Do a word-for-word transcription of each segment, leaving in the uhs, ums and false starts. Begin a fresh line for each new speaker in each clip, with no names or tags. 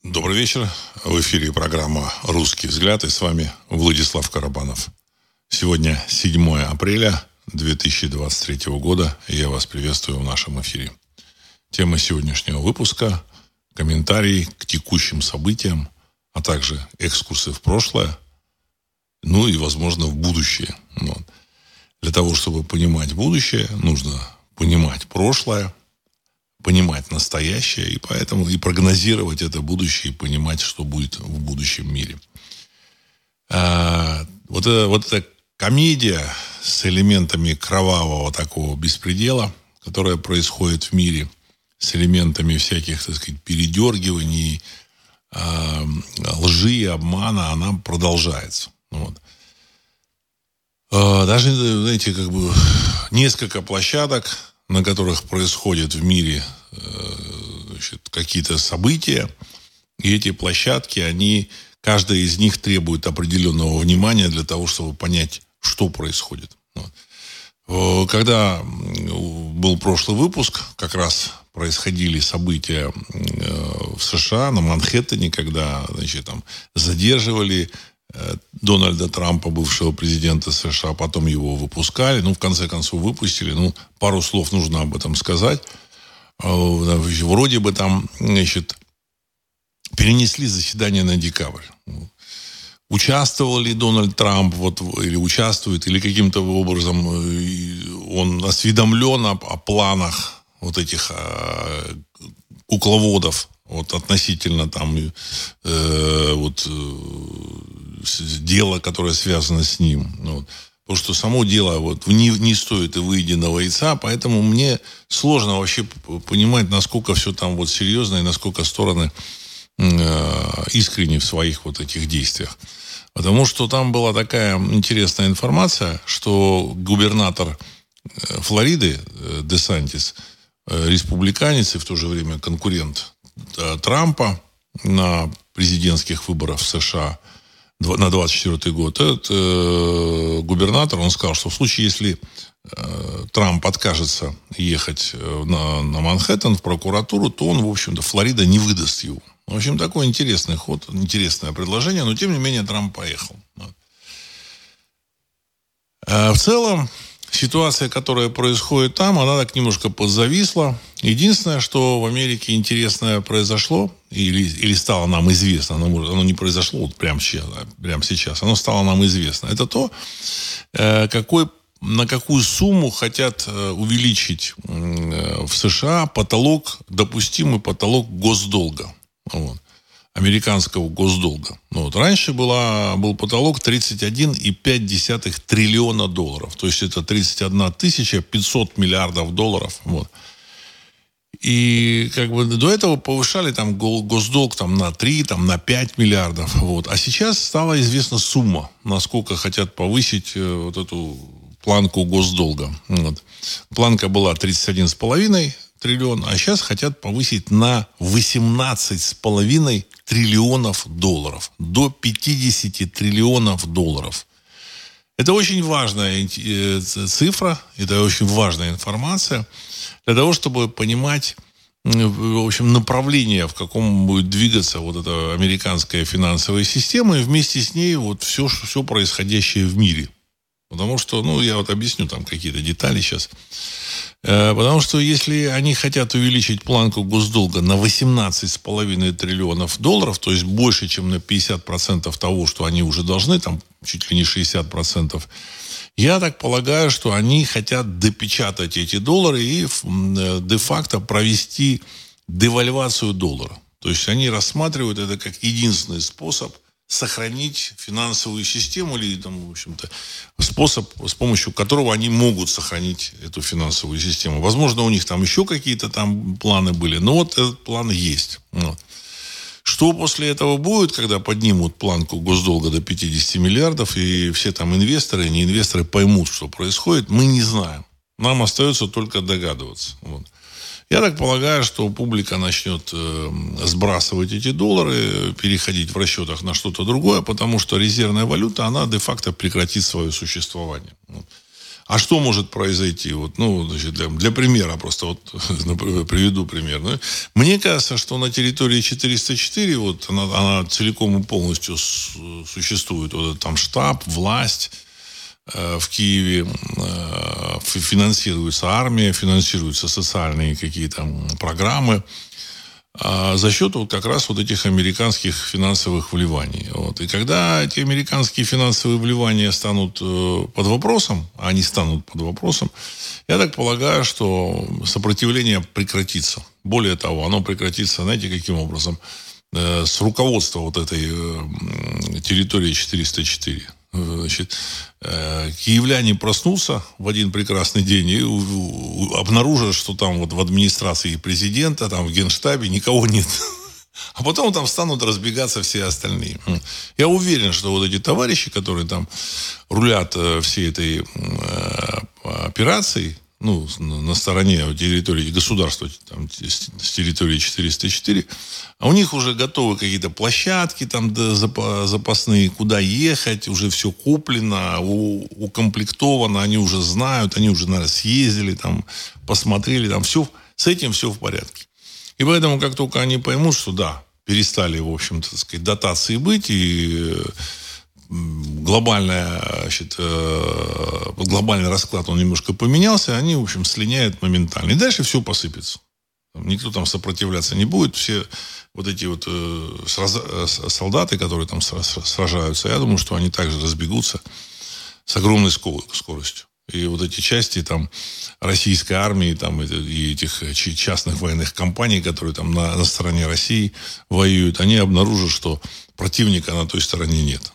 Добрый вечер. В эфире программа «Русский взгляд». И с вами Владислав Карабанов. Сегодня седьмое апреля две тысячи двадцать третьего года. И я вас приветствую в нашем эфире. Тема сегодняшнего выпуска – комментарии к текущим событиям, а также экскурсы в прошлое, ну и, возможно, в будущее. Вот. Для того, чтобы понимать будущее, нужно понимать прошлое, понимать настоящее, и поэтому и прогнозировать это будущее, и понимать, что будет в будущем мире. А, вот, это, вот эта комедия с элементами кровавого такого беспредела, которая происходит в мире, с элементами всяких, так сказать, передергиваний, а, лжи и обмана, она продолжается. Вот. А, даже, знаете, как бы несколько площадок, на которых происходят в мире значит, какие-то события. И эти площадки, они, каждая из них требует определенного внимания для того, чтобы понять, что происходит. Вот. Когда был прошлый выпуск, как раз происходили события в США, на Манхэттене, когда, значит, там задерживали Дональда Трампа, бывшего президента США, потом его выпускали, ну, в конце концов, выпустили. Ну, пару слов нужно об этом сказать. Вроде бы там, значит, перенесли заседание на декабрь. Участвовал ли Дональд Трамп, вот, или участвует, или каким-то образом он осведомлен о, о планах вот этих а, кукловодов, вот, относительно там э, вот дело, которое связано с ним. Вот. Потому что само дело вот, не, не стоит и выеденного яйца, поэтому мне сложно вообще понимать, насколько все там вот серьезно и насколько стороны э, искренни в своих вот этих действиях. Потому что там была такая интересная информация, что губернатор Флориды Десантис, республиканец и в то же время конкурент Трампа на президентских выборах в США на двадцать четвёртый год, этот э, губернатор, он сказал, что в случае, если э, Трамп откажется ехать на, на Манхэттен в прокуратуру, то он, в общем-то, Флорида не выдаст его. В общем, такой интересный ход, интересное предложение, но, тем не менее, Трамп поехал. А в целом, ситуация, которая происходит там, она так немножко подзависла. Единственное, что в Америке интересное произошло, или, или стало нам известно, оно, оно не произошло вот прямо сейчас, прямо сейчас, оно стало нам известно. Это то, какой, на какую сумму хотят увеличить в США потолок, допустимый потолок госдолга. Вот. Американского госдолга. Вот. Раньше была, был потолок тридцать один и пять десятых триллиона долларов. То есть это тридцать одна тысяча пятьсот миллиардов долларов. Вот. И как бы до этого повышали там госдолг там, на три, там, на пять миллиардов. Вот. А сейчас стала известна сумма, насколько хотят повысить вот эту планку госдолга. Вот. Планка была тридцать один и пять триллион, а сейчас хотят повысить на восемнадцать с половиной триллионов долларов. До пятьдесят триллионов долларов. Это очень важная цифра, это очень важная информация для того, чтобы понимать, в общем, направление, в каком будет двигаться вот эта американская финансовая система, и вместе с ней вот все, все происходящее в мире. Потому что, ну, я вот объясню там какие-то детали сейчас. Потому что если они хотят увеличить планку госдолга на восемнадцать с половиной триллионов долларов, то есть больше, чем на пятьдесят процентов того, что они уже должны, там чуть ли не шестьдесят процентов, я так полагаю, что они хотят допечатать эти доллары и де-факто провести девальвацию доллара. То есть они рассматривают это как единственный способ сохранить финансовую систему или, там, в общем-то, способ, с помощью которого они могут сохранить эту финансовую систему. Возможно, у них там еще какие-то там планы были, но вот этот план есть. Вот. Что после этого будет, когда поднимут планку госдолга до пятьдесят миллиардов, и все там инвесторы и не инвесторы поймут, что происходит, мы не знаем. Нам остается только догадываться. Вот. Я так полагаю, что публика начнет э, сбрасывать эти доллары, переходить в расчетах на что-то другое, потому что резервная валюта, она де-факто прекратит свое существование. А что может произойти? Вот, ну, значит, для, для примера просто вот приведу пример. Мне кажется, что на территории четыреста четыре вот она, она целиком и полностью существует. Вот там штаб, власть э, в Киеве, э, финансируется армия, финансируются социальные какие-то программы. А за счет вот как раз вот этих американских финансовых вливаний. Вот. И когда эти американские финансовые вливания станут э, под вопросом, а они станут под вопросом, я так полагаю, что сопротивление прекратится. Более того, оно прекратится, знаете, каким образом? Э, с руководства вот этой э, территории четыреста четыре. Значит, э, киевляне проснутся в один прекрасный день и у, у, обнаружат, что там вот в администрации президента, там в Генштабе никого нет. А потом там станут разбегаться все остальные. Я уверен, что вот эти товарищи, которые там рулят э, всей этой э, операцией, ну, на стороне территории государства, там, с территории четыреста четыре, а у них уже готовы какие-то площадки там запасные, куда ехать, уже все куплено, укомплектовано, они уже знают, они уже, наверное, съездили, там, посмотрели, там все, с этим все в порядке. И поэтому, как только они поймут, что да, перестали, в общем-то, так сказать, дотации быть, и глобальная, значит, глобальный расклад, он немножко поменялся, они, в общем, слиняют моментально. И дальше все посыпется. Никто там сопротивляться не будет. Все вот эти вот солдаты, которые там сражаются, я думаю, что они также разбегутся с огромной скоростью. И вот эти части там российской армии там, и этих частных военных компаний, которые там на, на стороне России воюют, они обнаружат, что противника на той стороне нет.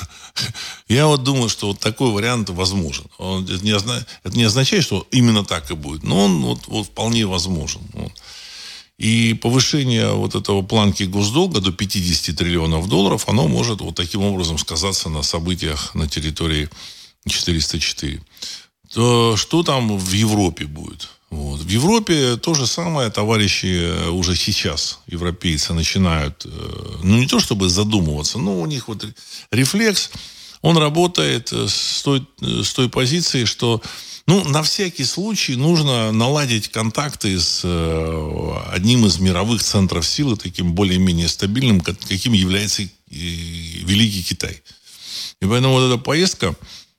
Я вот думаю, что вот такой вариант возможен. Он, это, не озна... это не означает, что именно так и будет, но он вот, вот вполне возможен. Вот. И повышение вот этого планки госдолга до пятьдесят триллионов долларов, оно может вот таким образом сказаться на событиях на территории четыреста четыре. То что там в Европе будет? Вот. В Европе то же самое товарищи уже сейчас, европейцы, начинают, ну, не то чтобы задумываться, но у них вот рефлекс, он работает с той, с той позиции, что, ну, на всякий случай нужно наладить контакты с одним из мировых центров силы, таким более-менее стабильным, каким является Великий Китай. И поэтому вот эта поездка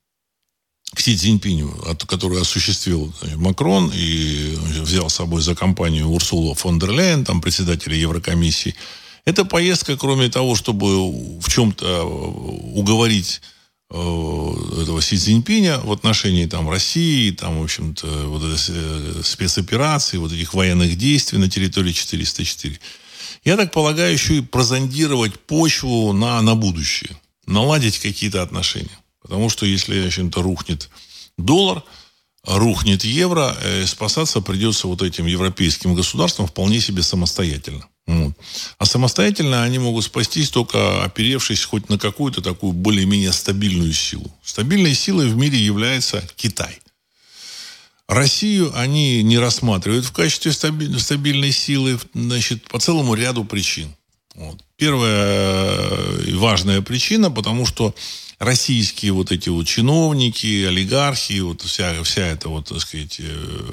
к Си Цзиньпиню, которую осуществил Макрон и взял с собой за компанию Урсулу фон дер Ляйен, там, председателя Еврокомиссии. Эта поездка, кроме того, чтобы в чем-то уговорить э, этого Си Цзиньпиня в отношении там, России, там, в общем-то, вот этой спецоперации, вот этих военных действий на территории четыреста четыре, я так полагаю, еще и прозондировать почву на, на будущее, наладить какие-то отношения. Потому что если, в общем-то, рухнет доллар, рухнет евро, э, спасаться придется вот этим европейским государствам вполне себе самостоятельно. Вот. А самостоятельно они могут спастись, только оперевшись хоть на какую-то такую более-менее стабильную силу. Стабильной силой в мире является Китай. Россию они не рассматривают в качестве стабильной силы, значит, по целому ряду причин. Вот. Первая и важная причина, потому что российские вот эти вот чиновники, олигархи, вот вся, вся эта вот, так сказать, э,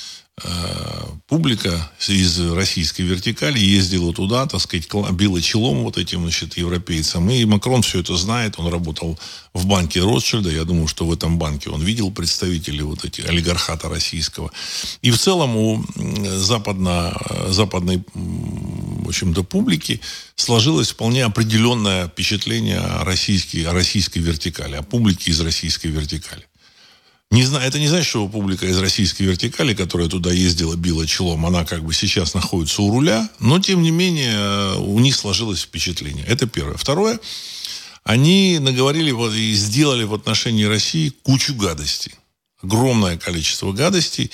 э, публика из российской вертикали ездила туда, так сказать, била челом вот этим, значит, европейцам. И Макрон все это знает. Он работал в банке Ротшильда. Я думаю, что в этом банке он видел представителей вот этих олигархата российского. И в целом у западно, западной, в общем-то, публики сложилось вполне определенное впечатление о российской, о российской вертикали, о публике из российской вертикали. Не знаю, это не значит, что публика из российской вертикали, которая туда ездила, била челом, она как бы сейчас находится у руля, но, тем не менее, у них сложилось впечатление. Это первое. Второе, они наговорили вот, и сделали в отношении России кучу гадостей. Огромное количество гадостей.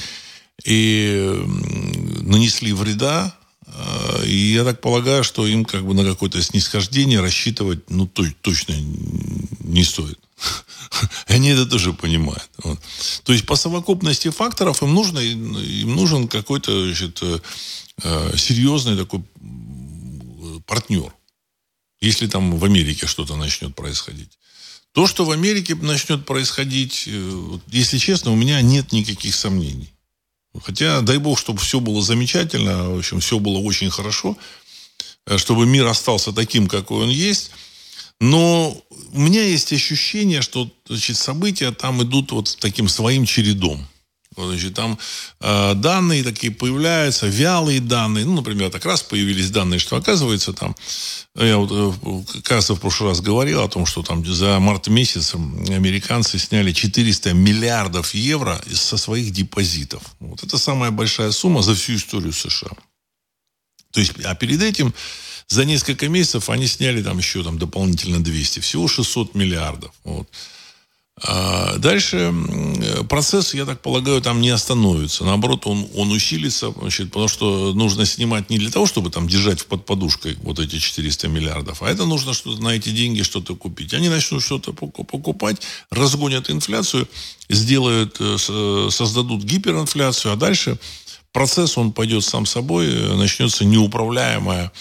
И нанесли вреда. И я так полагаю, что им как бы на какое-то снисхождение рассчитывать, ну, то, точно не стоит. Они это тоже понимают. Вот. То есть по совокупности факторов им, нужно, им нужен какой-то, значит, серьезный такой партнер. если там в Америке что-то начнет происходить. То, что в Америке начнет происходить, если честно, у меня нет никаких сомнений. Хотя, дай бог, чтобы все было замечательно, в общем, все было очень хорошо, чтобы мир остался таким, какой он есть. Но у меня есть ощущение, что, значит, события там идут вот таким своим чередом. Значит, там э, данные такие появляются, вялые данные. Ну, например, так раз появились данные, что оказывается там, я вот, э, кажется, в прошлый раз говорил о том, что там за март месяц американцы сняли четыреста миллиардов евро со своих депозитов. Вот это самая большая сумма за всю историю США. То есть, а перед этим за несколько месяцев они сняли там еще там, дополнительно двести. Всего шестьсот миллиардов. Вот. А дальше процесс, я так полагаю, там не остановится. Наоборот, он, он усилится, значит, потому что нужно снимать не для того, чтобы там держать под подушкой вот эти четыреста миллиардов, а это нужно что-то на эти деньги что-то купить. Они начнут что-то покупать, разгонят инфляцию, сделают, создадут гиперинфляцию, а дальше процесс, он пойдет сам собой, начнется неуправляемая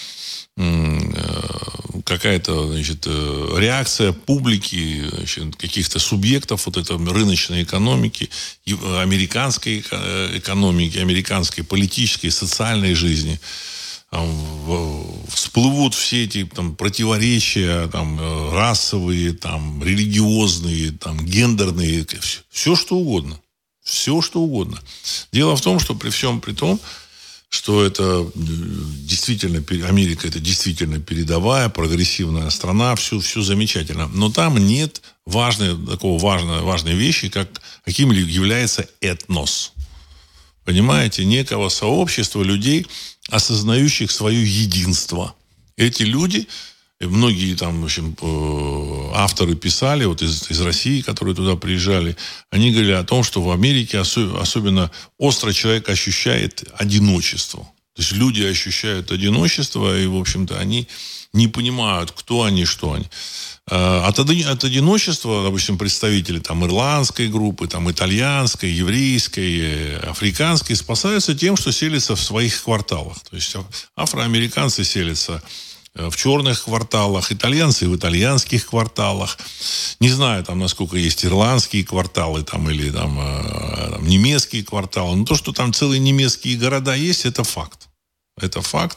какая-то, значит, реакция публики, значит, каких-то субъектов вот этой рыночной экономики, американской экономики, американской политической, социальной жизни. Там всплывут все эти там, противоречия там, расовые, там, религиозные, там, гендерные, все, все что угодно. Все что угодно. Дело в том, что при всем при том, что это действительно, Америка это действительно передовая, прогрессивная страна, все, все замечательно. Но там нет важной, такого важной, важной вещи, как, каким является этнос. Понимаете? Некого сообщества людей, осознающих свое единство. Эти люди, многие там, в общем, авторы писали, вот из, из России, которые туда приезжали, они говорили о том, что в Америке осо- особенно остро человек ощущает одиночество. То есть люди ощущают одиночество, и, в общем-то, они не понимают, кто они, что они. От, от одиночества, допустим, представители там, ирландской группы, там, итальянской, еврейской, африканской спасаются тем, что селятся в своих кварталах. То есть афроамериканцы селятся в черных кварталах, итальянцы в итальянских кварталах. Не знаю, там, насколько есть ирландские кварталы там, или там, там, немецкие кварталы. Но то, что там целые немецкие города есть, это факт. Это факт.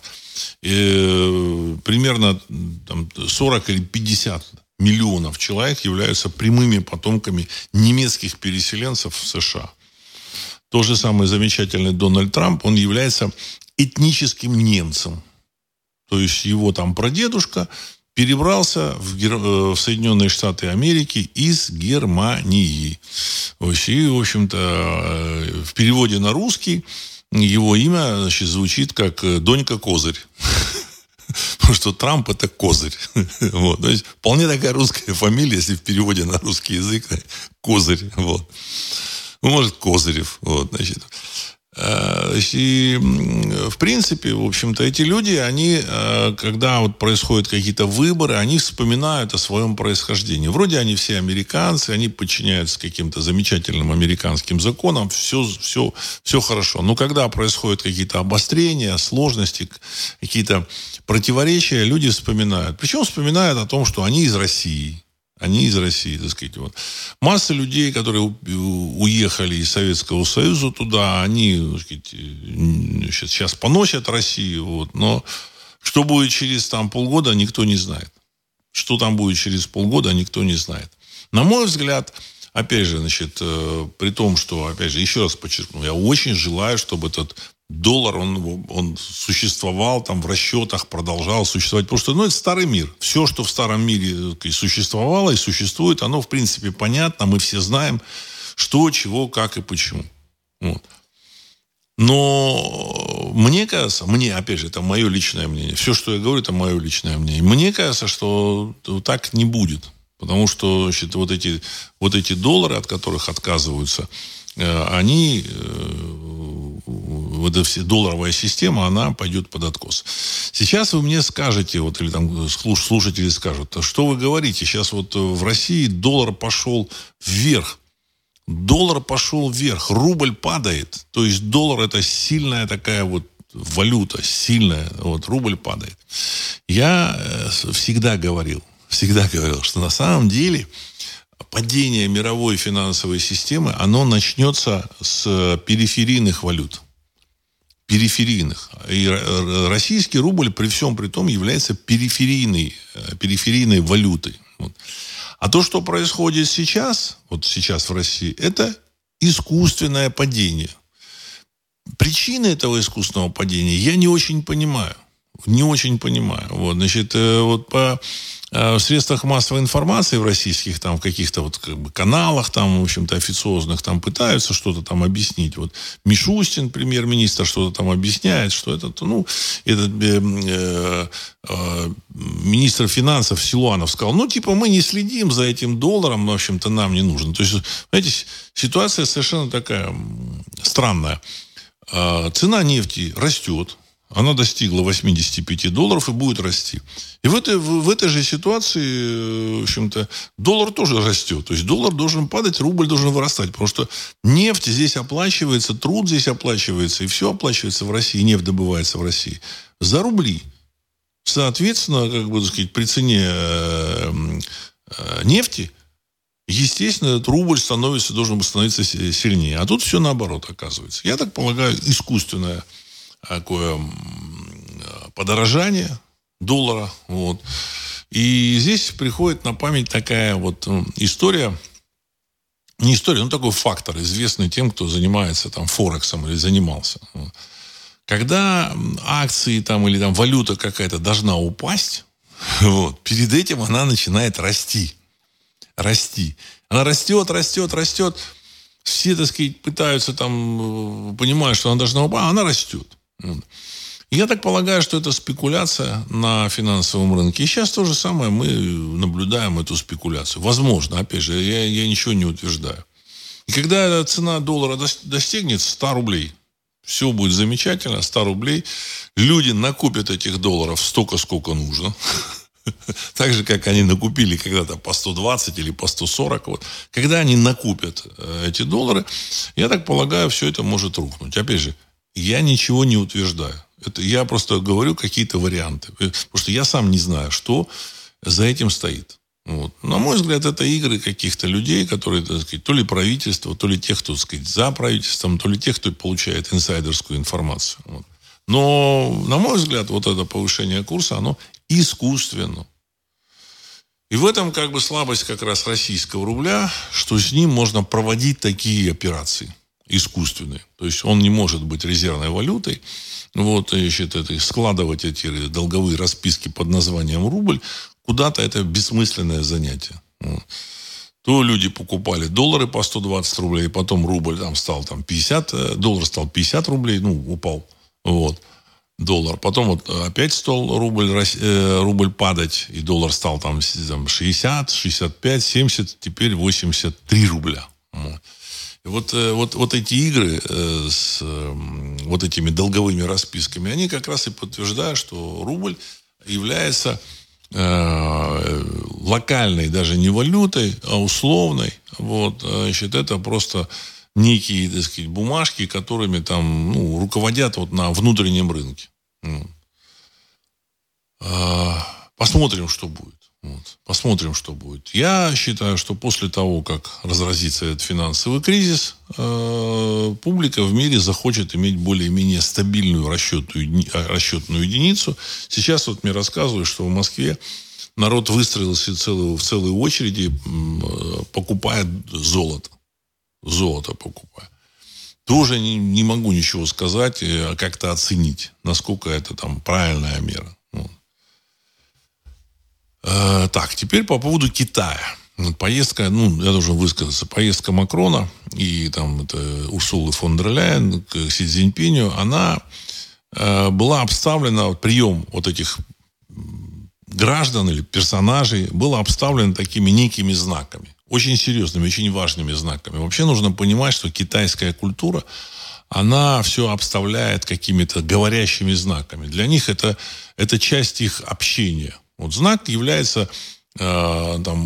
И, примерно там, сорок или пятьдесят миллионов человек являются прямыми потомками немецких переселенцев в США. Тот же самый замечательный Дональд Трамп, он является этническим немцем. То есть его там прадедушка перебрался в, Гер... в Соединенные Штаты Америки из Германии. И, в общем-то, в переводе на русский его имя, значит, звучит как Донька Козырь. Потому что Трамп это Козырь. Вот. То есть вполне такая русская фамилия, если в переводе на русский язык Козырь. Вот. Ну, может, Козырев. Вот, значит. И, в принципе, в общем-то, эти люди, они, когда вот происходят какие-то выборы, они вспоминают о своем происхождении. Вроде они все американцы, они подчиняются каким-то замечательным американским законам, все, все, все хорошо. Но когда происходят какие-то обострения, сложности, какие-то противоречия, люди вспоминают. Причем вспоминают о том, что они из России. Они из России, так сказать. Вот. Масса людей, которые уехали из Советского Союза туда, они, так сказать, сейчас поносят Россию. Вот. Но что будет через там, полгода, никто не знает. Что там будет через полгода, никто не знает. На мой взгляд, опять же, значит, э, при том, что, опять же, еще раз подчеркну, я очень желаю, чтобы этот доллар, он, он существовал там в расчетах, продолжал существовать. Потому что, ну, это старый мир. Все, что в старом мире существовало и существует, оно, в принципе, понятно. Мы все знаем, что, чего, как и почему. Вот. Но мне кажется, мне, опять же, это мое личное мнение. Все, что я говорю, это мое личное мнение. Мне кажется, что так не будет. Потому что, значит, вот эти, вот эти доллары, от которых отказываются, они, вот эта вся долларовая система, она пойдет под откос. Сейчас вы мне скажете, вот, или там слушатели скажут, что вы говорите, сейчас вот в России доллар пошел вверх. Доллар пошел вверх, рубль падает. То есть доллар это сильная такая вот валюта сильная, вот, рубль падает. Я всегда говорил, всегда говорил, что на самом деле падение мировой финансовой системы, оно начнется с периферийных валют. Периферийных. И российский рубль при всем при том является периферийной, периферийной валютой. Вот. А то, что происходит сейчас, вот сейчас в России, это искусственное падение. Причины этого искусственного падения я не очень понимаю. Не очень понимаю. Вот, значит, вот по в средствах массовой информации в российских, там, в каких-то вот как бы каналах, там, в общем-то, официозных, там пытаются что-то там объяснить. Вот Мишустин, премьер-министр, что-то там объясняет, что это, ну, этот э, э, министр финансов Силуанов сказал, ну, типа, мы не следим за этим долларом, в общем-то, нам не нужно. То есть, знаете, ситуация совершенно такая странная. Э, цена нефти растет. Она достигла восемьдесят пять долларов и будет расти. И в этой, в, в этой же ситуации, в общем-то, доллар тоже растет. То есть доллар должен падать, рубль должен вырастать. Потому что нефть здесь оплачивается, труд здесь оплачивается, и все оплачивается в России, нефть добывается в России за рубли. Соответственно, как бы, так сказать, при цене э, э, нефти, естественно, этот рубль становится, должен становиться сильнее. А тут все наоборот оказывается. Я так полагаю, искусственное такое подорожание доллара. Вот. И здесь приходит на память такая вот история, не история, но такой фактор, известный тем, кто занимается там форексом или занимался. Когда акции там, или там валюта какая-то должна упасть, вот, перед этим она начинает расти. Расти. Она растет, растет, растет. Все, так сказать, пытаются там, понимают, что она должна упасть, а она растет. Я так полагаю, что это спекуляция на финансовом рынке. И сейчас то же самое мы наблюдаем эту спекуляцию. Возможно, опять же, я, я ничего не утверждаю. И когда цена доллара достигнет ста рублей, все будет замечательно, сто рублей, люди накупят этих долларов столько, сколько нужно. Так же, как они накупили когда-то по сто двадцать или по сто сорок. Вот. Когда они накупят эти доллары, я так полагаю, все это может рухнуть. Опять же, я ничего не утверждаю. Это я просто говорю какие-то варианты. Потому что я сам не знаю, что за этим стоит. Вот. На мой взгляд, это игры каких-то людей, которые, так сказать, то ли правительство, то ли тех, кто, так сказать, за правительством, то ли тех, кто получает инсайдерскую информацию. Вот. Но, на мой взгляд, вот это повышение курса, оно искусственно. И в этом как бы слабость как раз российского рубля, что с ним можно проводить такие операции. Искусственный. То есть он не может быть резервной валютой. Вот, значит, это, складывать эти долговые расписки под названием рубль, куда-то это бессмысленное занятие. Вот. То люди покупали доллары по сто двадцать рублей, потом рубль там стал там пятьдесят, доллар стал пятьдесят рублей, ну, упал. Вот. Доллар. Потом вот опять стал рубль, рубль падать, и доллар стал там, там шестьдесят, шестьдесят пять, семьдесят, теперь восемьдесят три рубля. Вот. Вот, вот, вот эти игры э, с э, вот этими долговыми расписками, они как раз и подтверждают, что рубль является э, локальной, даже не валютой, а условной. Вот, значит, это просто некие, так сказать, бумажки, которыми там, ну, руководят вот на внутреннем рынке. Вот. Посмотрим, что будет. Вот. Посмотрим, что будет. Я считаю, что после того, как разразится этот финансовый кризис, э, публика в мире захочет иметь более-менее стабильную расчетную, расчетную единицу. Сейчас вот мне рассказывают, что в Москве народ выстроился целую, в целой очереди, э, покупая золото. Золото покупая. Тоже не, не могу ничего сказать, а как-то оценить, насколько это там правильная мера. Вот. Так, теперь по поводу Китая. Поездка, ну, я должен высказаться, поездка Макрона и там это Урсулы фон дер Ляйен к Си Цзиньпиню, она э, была обставлена, прием вот этих граждан или персонажей был обставлен такими некими знаками. Очень серьезными, очень важными знаками. Вообще нужно понимать, что китайская культура, она все обставляет какими-то говорящими знаками. Для них это, это часть их общения. Вот знак является э, там,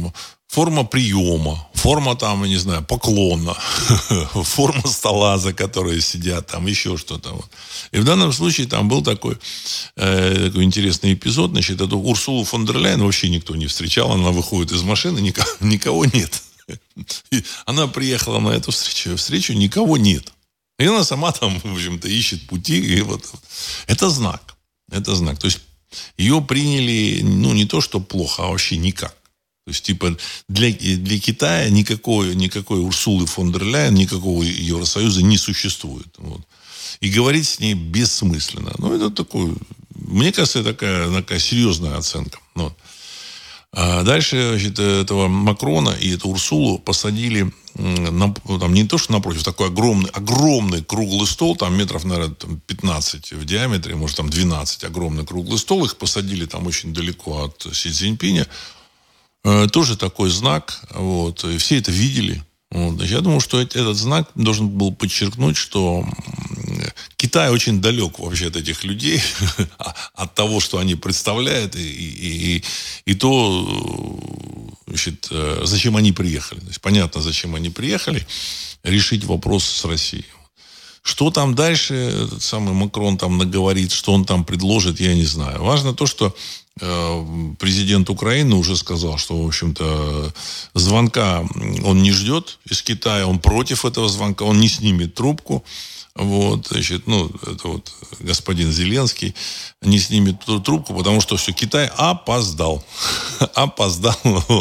форма приема, форма там, я не знаю, поклона, форма стола, за которой сидят, там еще что-то. Вот. И в данном случае там был такой, э, такой интересный эпизод. Значит, эту Урсулу фон дер Ляйен вообще никто не встречал. Она выходит из машины, никого, никого нет. И она приехала на эту встречу, встречу никого нет. И она сама там, в общем-то, ищет пути. И вот. Это знак. Это знак. То есть ее приняли, ну, не то, что плохо, а вообще никак. То есть, типа, для, для Китая никакой, никакой Урсулы фон дер Ляйен, никакого Евросоюза не существует. Вот. И говорить с ней бессмысленно. Ну, это такой, мне кажется, такая, такая серьезная оценка. Вот. А дальше, значит, этого Макрона и эту Урсулу посадили на, там, не то, что напротив, такой огромный, огромный круглый стол, там метров, наверное, там пятнадцать в диаметре, может, там двенадцать, огромный круглый стол. Их посадили там очень далеко от Си Цзиньпиня. Тоже такой знак. Вот, и все это видели. Вот. Я думаю, что этот знак должен был подчеркнуть, что Китай очень далек вообще от этих людей, от того, что они представляют, и, и, и, и то, значит, зачем они приехали. То есть, понятно, зачем они приехали. Решить вопрос с Россией. Что там дальше этот самый Макрон там наговорит, что он там предложит, я не знаю. Важно то, что э, президент Украины уже сказал, что, в общем-то, звонка он не ждет из Китая, он против этого звонка, он не снимет трубку. Вот, значит, ну, это вот господин Зеленский не снимет трубку, потому что все, Китай опоздал. Опоздал.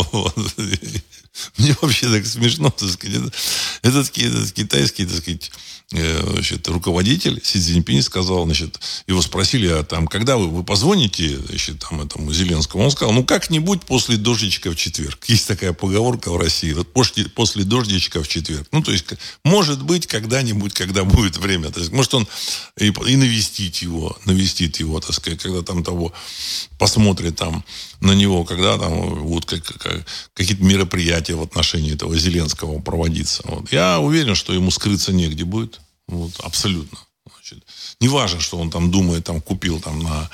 Мне вообще так смешно, так сказать. Этот, этот китайский, так сказать, значит, руководитель Си Цзиньпинь сказал, значит, его спросили, а там, когда вы, вы позвоните, значит, там, этому Зеленскому, он сказал, ну, как-нибудь после дождичка в четверг. Есть такая поговорка в России, вот после, после дождичка в четверг. Ну, то есть, может быть, когда-нибудь, когда будет время, то есть, может, он и, и навестить его, навестит его, так сказать, когда там того посмотрит там на него, когда там будут как, как, какие-то мероприятия в отношении этого Зеленского проводиться. Вот. Я уверен, что ему скрыться негде будет. Вот, абсолютно. Значит, не важно, что он там думает, там купил там на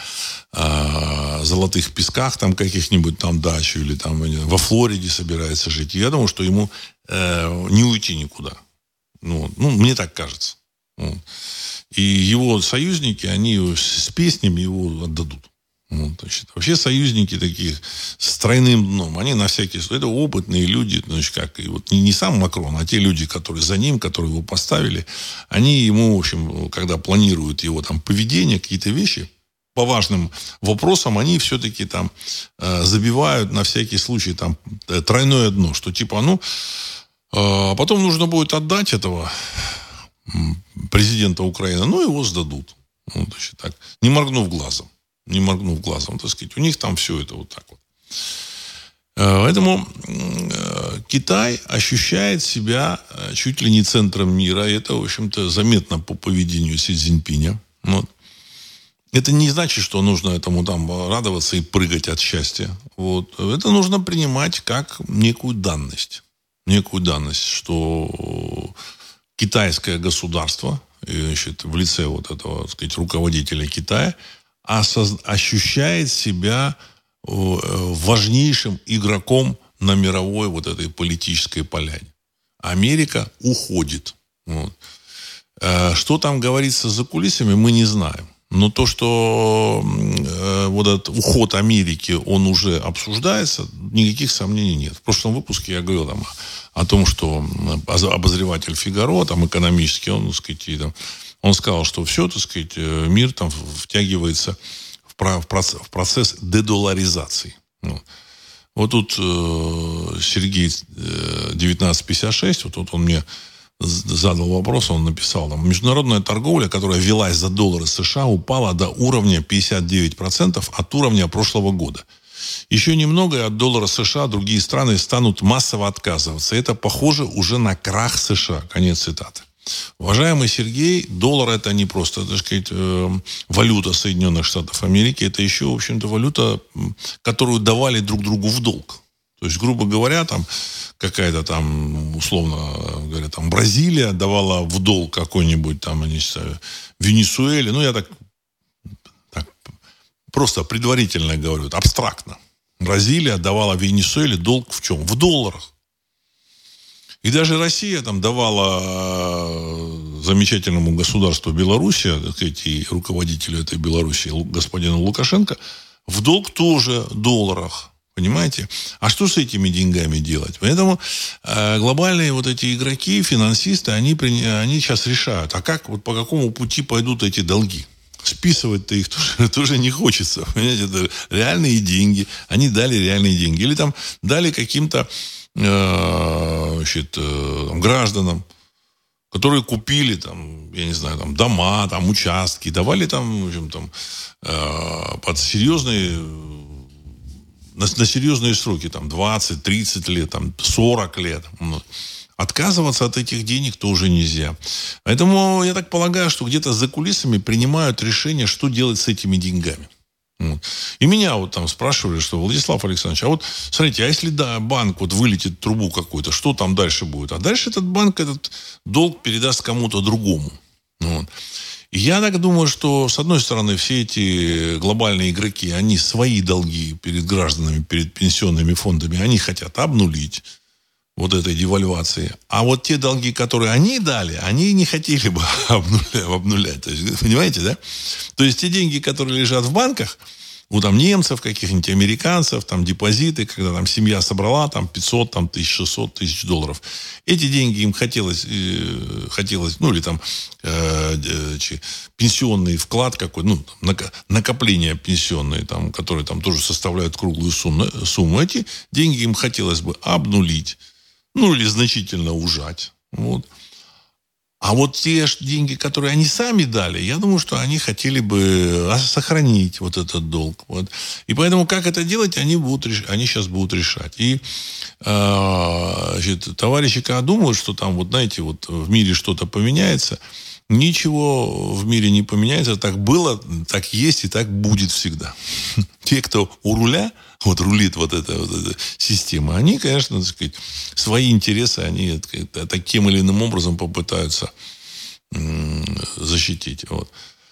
э, золотых песках там каких-нибудь там дачу или там во Флориде собирается жить. Я думаю, что ему э, не уйти никуда. Ну, ну, мне так кажется. Вот. И его союзники, они с песнями его отдадут. Вот, значит, вообще союзники такие с тройным дном, они на всякий случай, это опытные люди, значит, как и вот не, не сам Макрон, а те люди, которые за ним, которые его поставили, они ему, в общем, когда планируют его там поведение, какие-то вещи, по важным вопросам, они все-таки там э, забивают на всякий случай там тройное дно, что типа, ну, э, потом нужно будет отдать этого президента Украины, ну, его сдадут. Вот, значит, так, не моргнув глазом. Не моргнув глазом, так сказать. У них там все это вот так вот. Поэтому Китай ощущает себя чуть ли не центром мира. И это, в общем-то, заметно по поведению Си Цзиньпиня. Вот. Это не значит, что нужно этому там радоваться и прыгать от счастья. Вот. Это нужно принимать как некую данность. Некую данность, что китайское государство, значит, в лице вот этого, так сказать, руководителя Китая, ощущает себя важнейшим игроком на мировой вот этой политической поляне. Америка уходит. Вот. Что там говорится за кулисами, мы не знаем. Но то, что вот этот уход Америки, он уже обсуждается, никаких сомнений нет. В прошлом выпуске я говорил там о том, что обозреватель «Фигаро», там экономический, он, так сказать, там, он сказал, что все, так сказать, мир там втягивается в процесс дедоларизации. Вот тут Сергей девятнадцать пятьдесят шесть, вот тут он мне задал вопрос, он написал, там, международная торговля, которая велась за доллары США, упала до уровня пятьдесят девять процентов от уровня прошлого года. Еще немного, и от доллара США другие страны станут массово отказываться. Это похоже уже на крах США. Конец цитаты. Уважаемый Сергей, доллар это не просто, так сказать, валюта Соединенных Штатов Америки, это еще, в общем-то, валюта, которую давали друг другу в долг. То есть, грубо говоря, там какая-то там, условно говоря, там Бразилия давала в долг какой-нибудь там, не знаю, Венесуэле, ну, я так, так просто предварительно говорю, абстрактно. Бразилия давала Венесуэле долг в чем? В долларах. И даже Россия там давала замечательному государству Белоруссия, так сказать, и руководителю этой Белоруссии, господину Лукашенко, в долг тоже в долларах. Понимаете? А что с этими деньгами делать? Поэтому э, глобальные вот эти игроки, финансисты, они, они сейчас решают, а как, вот по какому пути пойдут эти долги? Списывать-то их тоже, тоже не хочется. Понимаете? Это реальные деньги. Они дали реальные деньги. Или там дали каким-то э, значит, э, гражданам, которые купили там, я не знаю, там дома, там участки, давали там, в общем, там э, под серьезные На, на серьезные сроки, там, двадцать-тридцать лет, там, сорок лет. Отказываться от этих денег тоже нельзя. Поэтому я так полагаю, что где-то за кулисами принимают решение, что делать с этими деньгами. Вот. И меня вот там спрашивали, что, Владислав Александрович, а вот, смотрите, а если да, банк вот вылетит трубу какую-то, что там дальше будет? А дальше этот банк этот долг передаст кому-то другому. Вот. И я так думаю, что, с одной стороны, все эти глобальные игроки, они свои долги перед гражданами, перед пенсионными фондами, они хотят обнулить вот этой девальвации. А вот те долги, которые они дали, они не хотели бы обнулять. То есть, понимаете, да? То есть, те деньги, которые лежат в банках, у там немцев, каких-нибудь американцев, там депозиты, когда там семья собрала там пятьсот, там тысяча шестьсот тысяч долларов. Эти деньги им хотелось, э, хотелось ну или там э, э, пенсионный вклад какой, ну, накопления пенсионные, там, которые там тоже составляют круглую сумму, сумму. Эти деньги им хотелось бы обнулить, ну или значительно ужать. Вот. А вот те деньги, которые они сами дали, я думаю, что они хотели бы сохранить вот этот долг. Вот. И поэтому, как это делать, они, будут, они сейчас будут решать. И э, значит, товарищи, когда думают, что там, вот знаете, вот в мире что-то поменяется, ничего в мире не поменяется. Так было, так есть и так будет всегда. Те, кто у руля, вот рулит вот эта, вот эта система, они, конечно, так сказать, свои интересы, они так, таким или иным образом попытаются м- защитить. Вот.